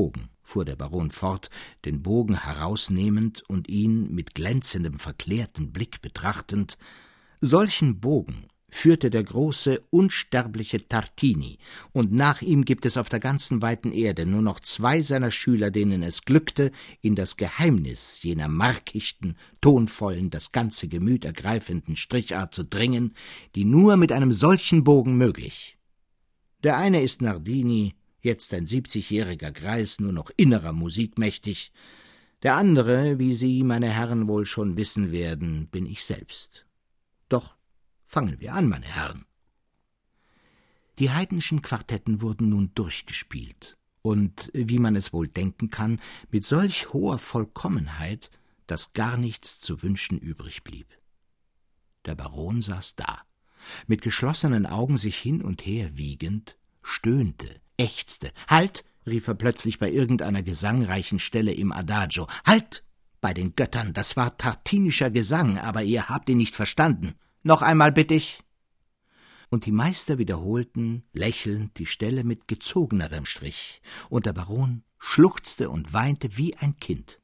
fuhr der Baron fort, den Bogen herausnehmend und ihn mit glänzendem, verklärten Blick betrachtend, solchen Bogen führte der große, unsterbliche Tartini, und nach ihm gibt es auf der ganzen weiten Erde nur noch zwei seiner Schüler, denen es glückte, in das Geheimnis jener markichten, tonvollen, das ganze Gemüt ergreifenden Strichart zu dringen, die nur mit einem solchen Bogen möglich. Der eine ist Nardini, jetzt ein siebzigjähriger Greis, nur noch innerer Musik mächtig. Der andere, wie Sie, meine Herren, wohl schon wissen werden, bin ich selbst. Doch fangen wir an, meine Herren. Die Haydnschen Quartetten wurden nun durchgespielt, und, wie man es wohl denken kann, mit solch hoher Vollkommenheit, dass gar nichts zu wünschen übrig blieb. Der Baron saß da, mit geschlossenen Augen sich hin und her wiegend, stöhnte, ächzte. »Halt!« rief er plötzlich bei irgendeiner gesangreichen Stelle im Adagio. »Halt! Bei den Göttern, das war tartinischer Gesang, aber ihr habt ihn nicht verstanden. Noch einmal bitte ich!« Und die Meister wiederholten, lächelnd, die Stelle mit gezogenerem Strich, und der Baron schluchzte und weinte wie ein Kind.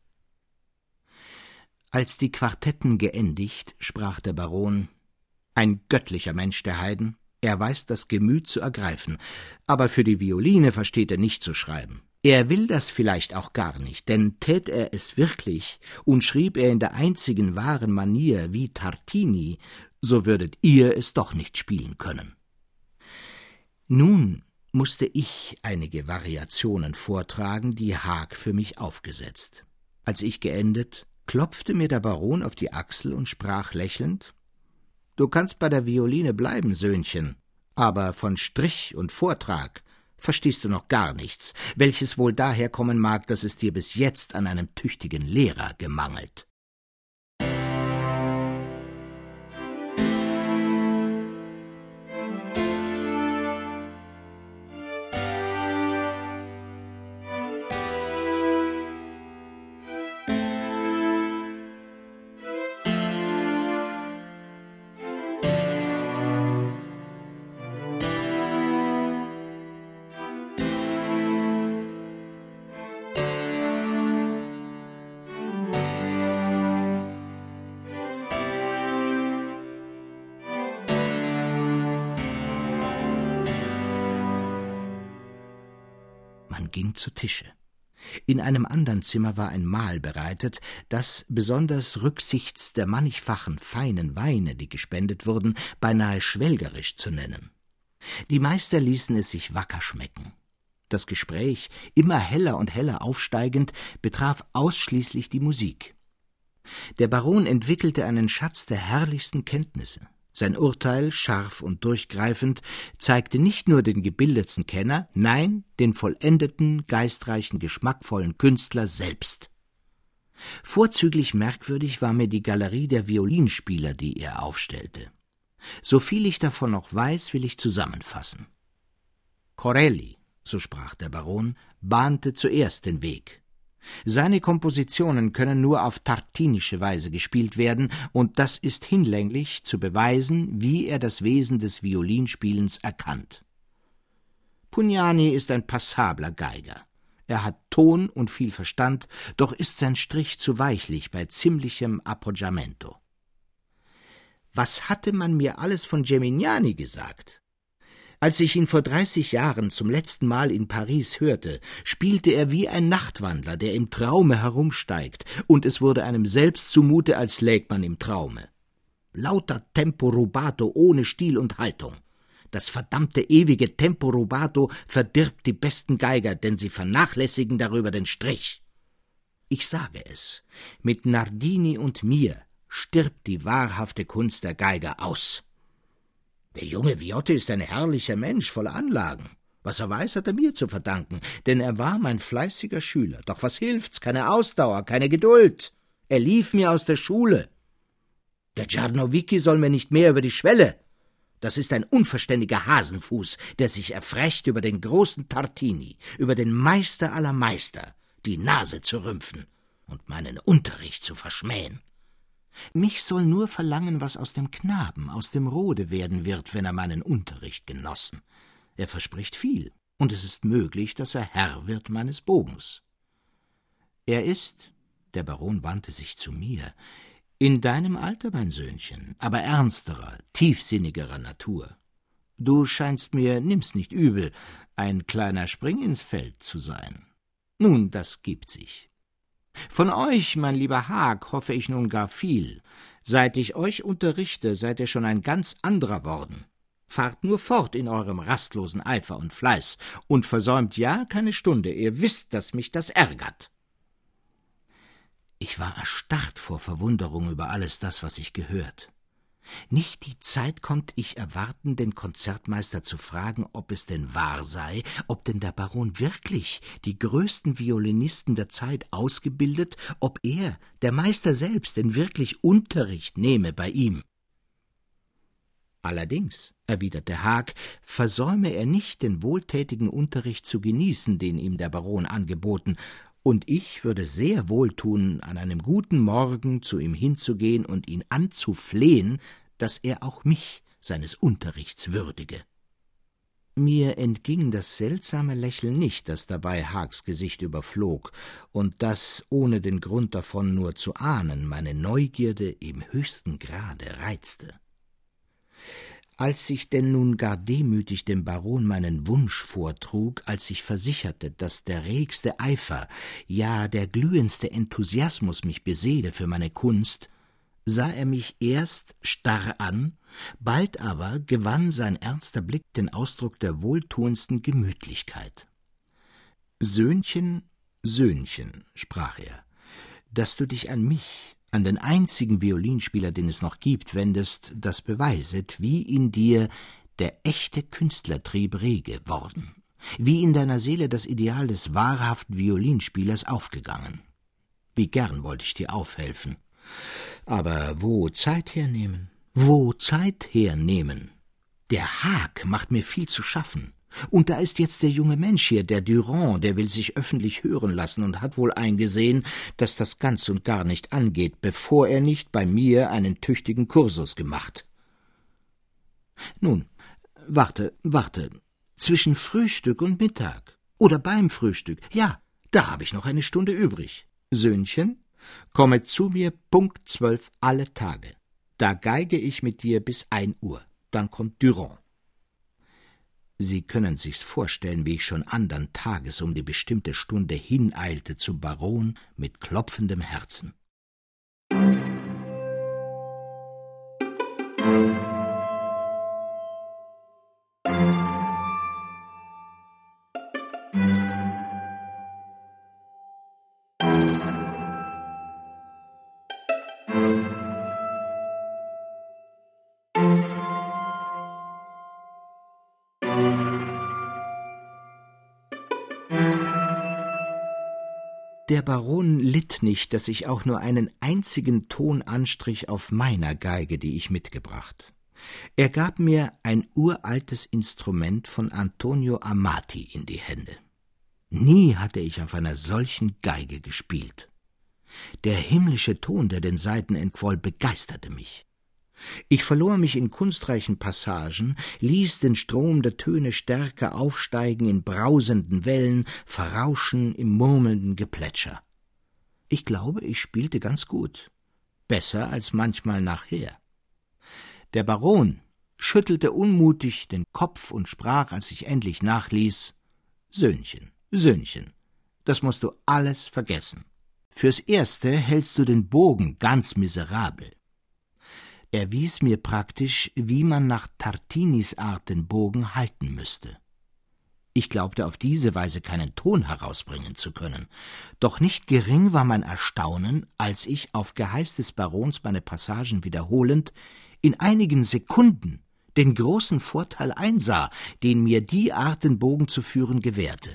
Als die Quartetten geendigt, sprach der Baron: »Ein göttlicher Mensch, der Haydn. Er weiß das Gemüt zu ergreifen, aber für die Violine versteht er nicht zu schreiben. Er will das vielleicht auch gar nicht, denn tät er es wirklich und schrieb er in der einzigen wahren Manier wie Tartini, so würdet ihr es doch nicht spielen können.« Nun musste ich einige Variationen vortragen, die Haag für mich aufgesetzt. Als ich geendet, klopfte mir der Baron auf die Achsel und sprach lächelnd: »Du kannst bei der Violine bleiben, Söhnchen, aber von Strich und Vortrag verstehst du noch gar nichts, welches wohl daher kommen mag, dass es dir bis jetzt an einem tüchtigen Lehrer gemangelt.« Man ging zu Tische. In einem andern Zimmer war ein Mahl bereitet, das, besonders rücksichts der mannigfachen feinen Weine, die gespendet wurden, beinahe schwelgerisch zu nennen. Die Meister ließen es sich wacker schmecken. Das Gespräch, immer heller und heller aufsteigend, betraf ausschließlich die Musik. Der Baron entwickelte einen Schatz der herrlichsten Kenntnisse. Sein Urteil, scharf und durchgreifend, zeigte nicht nur den gebildetsten Kenner, nein, den vollendeten, geistreichen, geschmackvollen Künstler selbst. Vorzüglich merkwürdig war mir die Galerie der Violinspieler, die er aufstellte. So viel ich davon noch weiß, will ich zusammenfassen. Corelli, so sprach der Baron, bahnte zuerst den Weg. Seine Kompositionen können nur auf tartinische Weise gespielt werden, und das ist hinlänglich zu beweisen, wie er das Wesen des Violinspielens erkannt. Pugnani ist ein passabler Geiger. Er hat Ton und viel Verstand, doch ist sein Strich zu weichlich bei ziemlichem Appoggiamento. Was hatte man mir alles von Geminiani gesagt? Als ich ihn vor dreißig Jahren zum letzten Mal in Paris hörte, spielte er wie ein Nachtwandler, der im Traume herumsteigt, und es wurde einem selbst zumute, als läg man im Traume. Lauter Tempo rubato ohne Stil und Haltung. Das verdammte ewige Tempo rubato verdirbt die besten Geiger, denn sie vernachlässigen darüber den Strich. Ich sage es, mit Nardini und mir stirbt die wahrhafte Kunst der Geiger aus. Der junge Viotti ist ein herrlicher Mensch, voller Anlagen. Was er weiß, hat er mir zu verdanken, denn er war mein fleißiger Schüler. Doch was hilft's? Keine Ausdauer, keine Geduld. Er lief mir aus der Schule. Der Czarnowicki soll mir nicht mehr über die Schwelle. Das ist ein unverständiger Hasenfuß, der sich erfrecht, über den großen Tartini, über den Meister aller Meister, die Nase zu rümpfen und meinen Unterricht zu verschmähen. Mich soll nur verlangen, was aus dem Knaben, aus dem Rode werden wird, wenn er meinen Unterricht genossen. Er verspricht viel, und es ist möglich, dass er Herr wird meines Bogens. Er ist, der Baron wandte sich zu mir, in deinem Alter, mein Söhnchen, aber ernsterer, tiefsinnigerer Natur. Du scheinst mir, nimm's nicht übel, ein kleiner Spring ins Feld zu sein. Nun, das gibt sich. Von euch, mein lieber Haag, hoffe ich nun gar viel. Seit ich euch unterrichte, seid ihr schon ein ganz anderer worden. Fahrt nur fort in eurem rastlosen Eifer und Fleiß und versäumt ja keine Stunde, ihr wisst, dass mich das ärgert. Ich war erstarrt vor Verwunderung über alles das, was ich gehört. Nicht die Zeit konnte ich erwarten, den Konzertmeister zu fragen, ob es denn wahr sei, ob denn der Baron wirklich die größten Violinisten der Zeit ausgebildet, ob er, der Meister selbst, denn wirklich Unterricht nehme bei ihm. Allerdings, erwiderte Haag, versäume er nicht, den wohltätigen Unterricht zu genießen, den ihm der Baron angeboten, und ich würde sehr wohl tun, an einem guten Morgen zu ihm hinzugehen und ihn anzuflehen, dass er auch mich seines Unterrichts würdige. Mir entging das seltsame Lächeln nicht, das dabei Haags Gesicht überflog, und das, ohne den Grund davon nur zu ahnen, meine Neugierde im höchsten Grade reizte. Als ich denn nun gar demütig dem Baron meinen Wunsch vortrug, als ich versicherte, dass der regste Eifer, ja der glühendste Enthusiasmus mich beseele für meine Kunst, sah er mich erst starr an, bald aber gewann sein ernster Blick den Ausdruck der wohltuendsten Gemütlichkeit. »Söhnchen, Söhnchen«, sprach er, »dass du dich an mich, an den einzigen Violinspieler, den es noch gibt, wendest, das beweiset, wie in dir der echte Künstlertrieb rege worden, wie in deiner Seele das Ideal des wahrhaften Violinspielers aufgegangen. Wie gern wollte ich dir aufhelfen. Aber wo Zeit hernehmen? Wo Zeit hernehmen? Der Haag macht mir viel zu schaffen. Und da ist jetzt der junge Mensch hier, der Durand, der will sich öffentlich hören lassen und hat wohl eingesehen, dass das ganz und gar nicht angeht, bevor er nicht bei mir einen tüchtigen Kursus gemacht. Nun, warte, warte, zwischen Frühstück und Mittag oder beim Frühstück, ja, da habe ich noch eine Stunde übrig. Söhnchen, komme zu mir Punkt zwölf alle Tage. Da geige ich mit dir bis ein Uhr, dann kommt Durand. Sie können sich's vorstellen, wie ich schon andern Tages um die bestimmte Stunde hineilte zum Baron mit klopfendem Herzen. Der Baron litt nicht, dass ich auch nur einen einzigen Ton anstrich auf meiner Geige, die ich mitgebracht. Er gab mir ein uraltes Instrument von Antonio Amati in die Hände. Nie hatte ich auf einer solchen Geige gespielt. Der himmlische Ton, der den Saiten entquoll, begeisterte mich. Ich verlor mich in kunstreichen Passagen, ließ den Strom der Töne stärker aufsteigen in brausenden Wellen, verrauschen im murmelnden Geplätscher. Ich glaube, ich spielte ganz gut, besser als manchmal nachher. Der Baron schüttelte unmutig den Kopf und sprach, als ich endlich nachließ: »Söhnchen, Söhnchen, das musst du alles vergessen. Fürs Erste hältst du den Bogen ganz miserabel.« Er wies mir praktisch, wie man nach Tartinis Art den Bogen halten müsste. Ich glaubte auf diese Weise keinen Ton herausbringen zu können, doch nicht gering war mein Erstaunen, als ich auf Geheiß des Barons meine Passagen wiederholend in einigen Sekunden den großen Vorteil einsah, den mir die Art, den Bogen zu führen, gewährte.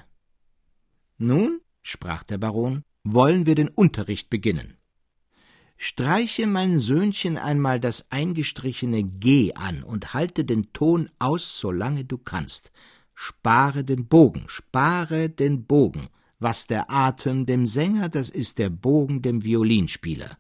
»Nun«, sprach der Baron, »wollen wir den Unterricht beginnen. Streiche, mein Söhnchen, einmal das eingestrichene G an und halte den Ton aus, solange du kannst. Spare den Bogen, spare den Bogen. Was der Atem dem Sänger, das ist der Bogen dem Violinspieler.«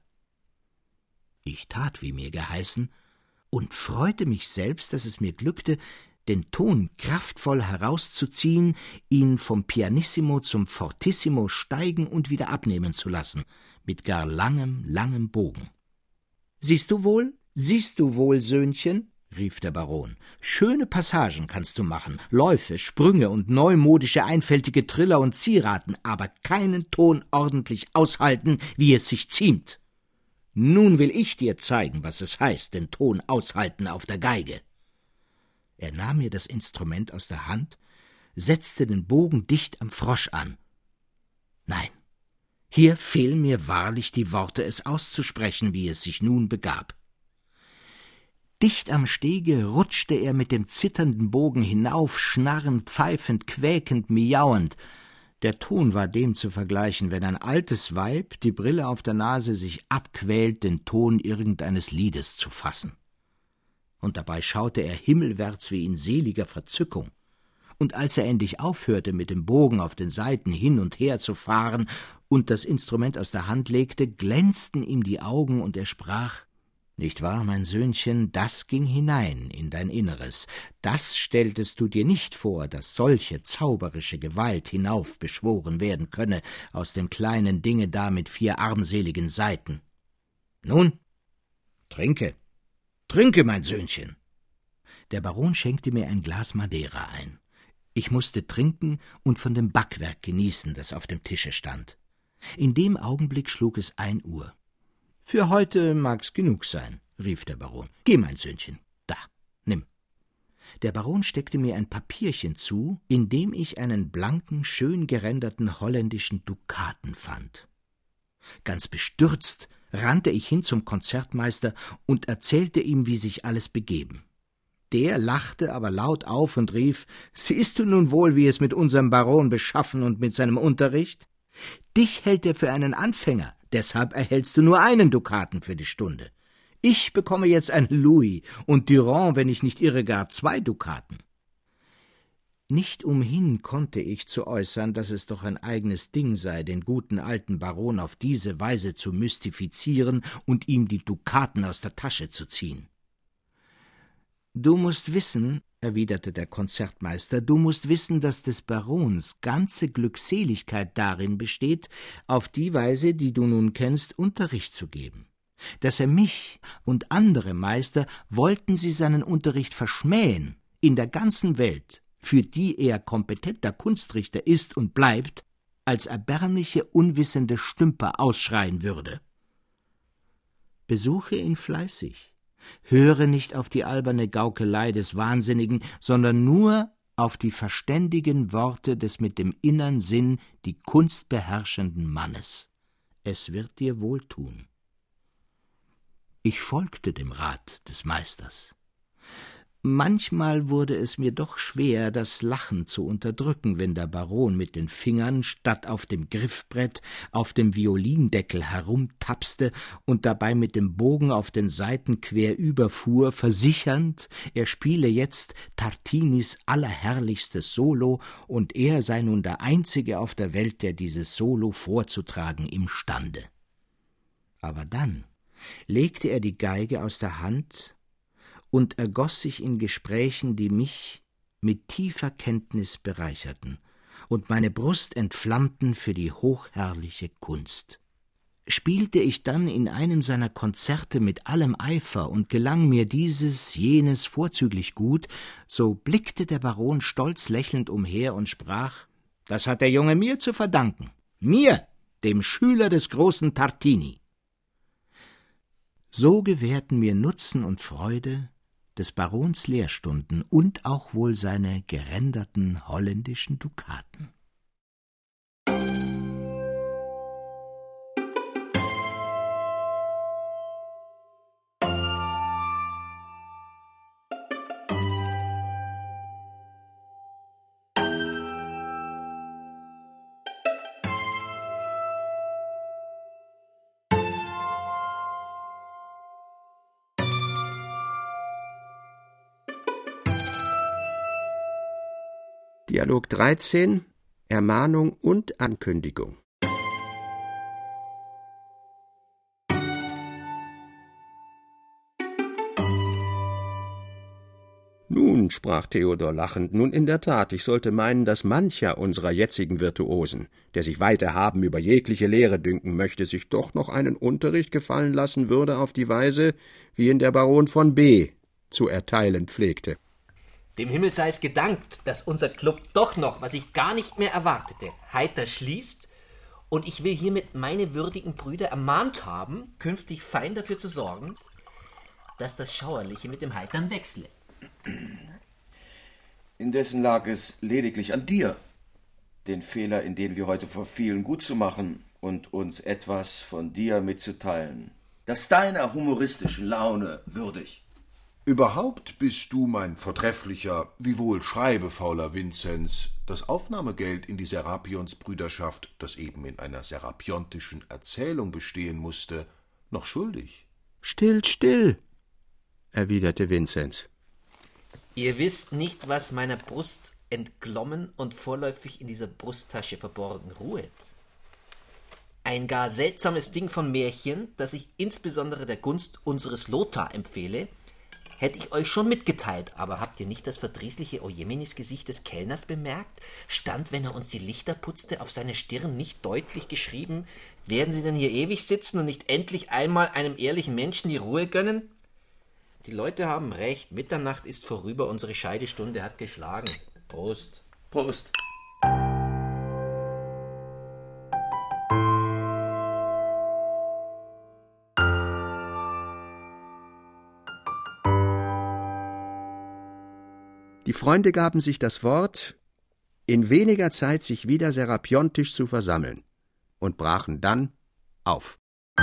Ich tat, wie mir geheißen, und freute mich selbst, dass es mir glückte, den Ton kraftvoll herauszuziehen, ihn vom Pianissimo zum Fortissimo steigen und wieder abnehmen zu lassen, mit gar langem, langem Bogen. »Siehst du wohl, siehst du wohl, Söhnchen?« rief der Baron. »Schöne Passagen kannst du machen, Läufe, Sprünge und neumodische, einfältige Triller und Zieraten, aber keinen Ton ordentlich aushalten, wie es sich ziemt. Nun will ich dir zeigen, was es heißt, den Ton aushalten auf der Geige.« Er nahm mir das Instrument aus der Hand, setzte den Bogen dicht am Frosch an. Nein, hier fehlen mir wahrlich die Worte, es auszusprechen, wie es sich nun begab. Dicht am Stege rutschte er mit dem zitternden Bogen hinauf, schnarrend, pfeifend, quäkend, miauend. Der Ton war dem zu vergleichen, wenn ein altes Weib, die Brille auf der Nase, sich abquält, den Ton irgendeines Liedes zu fassen. Und dabei schaute er himmelwärts wie in seliger Verzückung. Und als er endlich aufhörte, mit dem Bogen auf den Saiten hin und her zu fahren und das Instrument aus der Hand legte, glänzten ihm die Augen und er sprach: »Nicht wahr, mein Söhnchen, das ging hinein in dein Inneres. Das stelltest du dir nicht vor, dass solche zauberische Gewalt hinaufbeschworen werden könne aus dem kleinen Dinge da mit vier armseligen Saiten. Nun, trinke, trinke, mein Söhnchen!« Der Baron schenkte mir ein Glas Madeira ein. Ich musste trinken und von dem Backwerk genießen, das auf dem Tische stand. In dem Augenblick schlug es ein Uhr. »Für heute mag's genug sein«, rief der Baron. »Geh, mein Söhnchen, da, nimm.« Der Baron steckte mir ein Papierchen zu, in dem ich einen blanken, schön geränderten holländischen Dukaten fand. Ganz bestürzt rannte ich hin zum Konzertmeister und erzählte ihm, wie sich alles begeben. Der lachte aber laut auf und rief: »Siehst du nun wohl, wie es mit unserem Baron beschaffen und mit seinem Unterricht? Dich hält er für einen Anfänger, deshalb erhältst du nur einen Dukaten für die Stunde. Ich bekomme jetzt einen Louis und Durand, wenn ich nicht irre, gar zwei Dukaten.« Nicht umhin konnte ich zu äußern, dass es doch ein eigenes Ding sei, den guten alten Baron auf diese Weise zu mystifizieren und ihm die Dukaten aus der Tasche zu ziehen. »Du musst wissen«, erwiderte der Konzertmeister, »du musst wissen, dass des Barons ganze Glückseligkeit darin besteht, auf die Weise, die du nun kennst, Unterricht zu geben. Dass er mich und andere Meister, wollten sie seinen Unterricht verschmähen, in der ganzen Welt, für die er kompetenter Kunstrichter ist und bleibt, als erbärmliche, unwissende Stümper ausschreien würde. Besuche ihn fleißig. Höre nicht auf die alberne Gaukelei des Wahnsinnigen, sondern nur auf die verständigen Worte des mit dem innern Sinn die Kunst beherrschenden Mannes. Es wird dir wohltun.« Ich folgte dem Rat des Meisters. Manchmal wurde es mir doch schwer, das Lachen zu unterdrücken, wenn der Baron mit den Fingern statt auf dem Griffbrett auf dem Violindeckel herumtapste und dabei mit dem Bogen auf den Saiten querüberfuhr, versichernd, er spiele jetzt Tartinis allerherrlichstes Solo und er sei nun der Einzige auf der Welt, der dieses Solo vorzutragen imstande. Aber dann legte er die Geige aus der Hand und ergoss sich in Gesprächen, die mich mit tiefer Kenntnis bereicherten und meine Brust entflammten für die hochherrliche Kunst. Spielte ich dann in einem seiner Konzerte mit allem Eifer und gelang mir dieses, jenes vorzüglich gut, so blickte der Baron stolz lächelnd umher und sprach: »Das hat der Junge mir zu verdanken, mir, dem Schüler des großen Tartini.« So gewährten mir Nutzen und Freude des Barons Lehrstunden und auch wohl seine geränderten holländischen Dukaten. Dialog dreizehn, Ermahnung und Ankündigung. sprach Theodor lachend, nun in der Tat, ich sollte meinen, dass mancher unserer jetzigen Virtuosen, der sich weiter haben über jegliche Lehre dünken möchte, sich doch noch einen Unterricht gefallen lassen würde auf die Weise, wie ihn der Baron von B. zu erteilen pflegte. Dem Himmel sei es gedankt, dass unser Club doch noch, was ich gar nicht mehr erwartete, heiter schließt, und ich will hiermit meine würdigen Brüder ermahnt haben, künftig fein dafür zu sorgen, dass das Schauerliche mit dem Heitern wechsle. Indessen lag es lediglich an dir, den Fehler, in den wir heute verfielen, gut zu machen und uns etwas von dir mitzuteilen, das deiner humoristischen Laune würdig. Überhaupt bist du, mein vortrefflicher, wiewohl schreibefauler Vinzenz, das Aufnahmegeld in die Serapionsbrüderschaft, das eben in einer serapiontischen Erzählung bestehen mußte, noch schuldig. Still, still, erwiderte Vinzenz. Ihr wisst nicht, was meiner Brust entglommen und vorläufig in dieser Brusttasche verborgen ruhet. Ein gar seltsames Ding von Märchen, das ich insbesondere der Gunst unseres Lothar empfehle, hätte ich euch schon mitgeteilt, aber habt ihr nicht das verdrießliche Ojeminis-Gesicht des Kellners bemerkt? Stand, wenn er uns die Lichter putzte, auf seine Stirn nicht deutlich geschrieben, werden Sie denn hier ewig sitzen und nicht endlich einmal einem ehrlichen Menschen die Ruhe gönnen? Die Leute haben recht, Mitternacht ist vorüber, unsere Scheidestunde hat geschlagen. Prost. Prost. Die Freunde gaben sich das Wort, in weniger Zeit sich wieder serapiontisch zu versammeln, und brachen dann auf.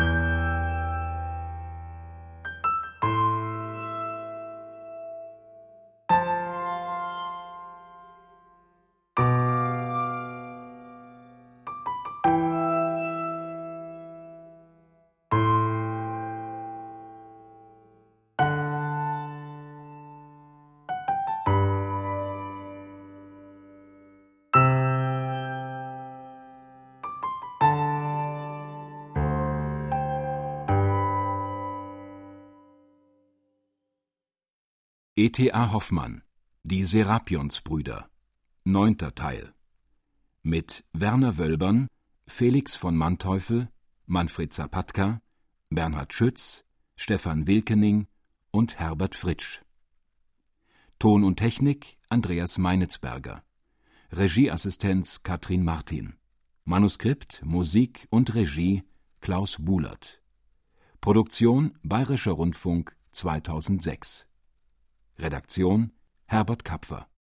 E T A Hoffmann, die Serapionsbrüder, neunter Teil. Mit Werner Wölbern, Felix von Manteuffel, Manfred Zapatka, Bernhard Schütz, Stefan Wilkening und Herbert Fritsch. Ton und Technik Andreas Meinitzberger. Regieassistenz Katrin Martin. Manuskript, Musik und Regie Klaus Bulert. Produktion Bayerischer Rundfunk zweitausendsechs. Redaktion Herbert Kapfer.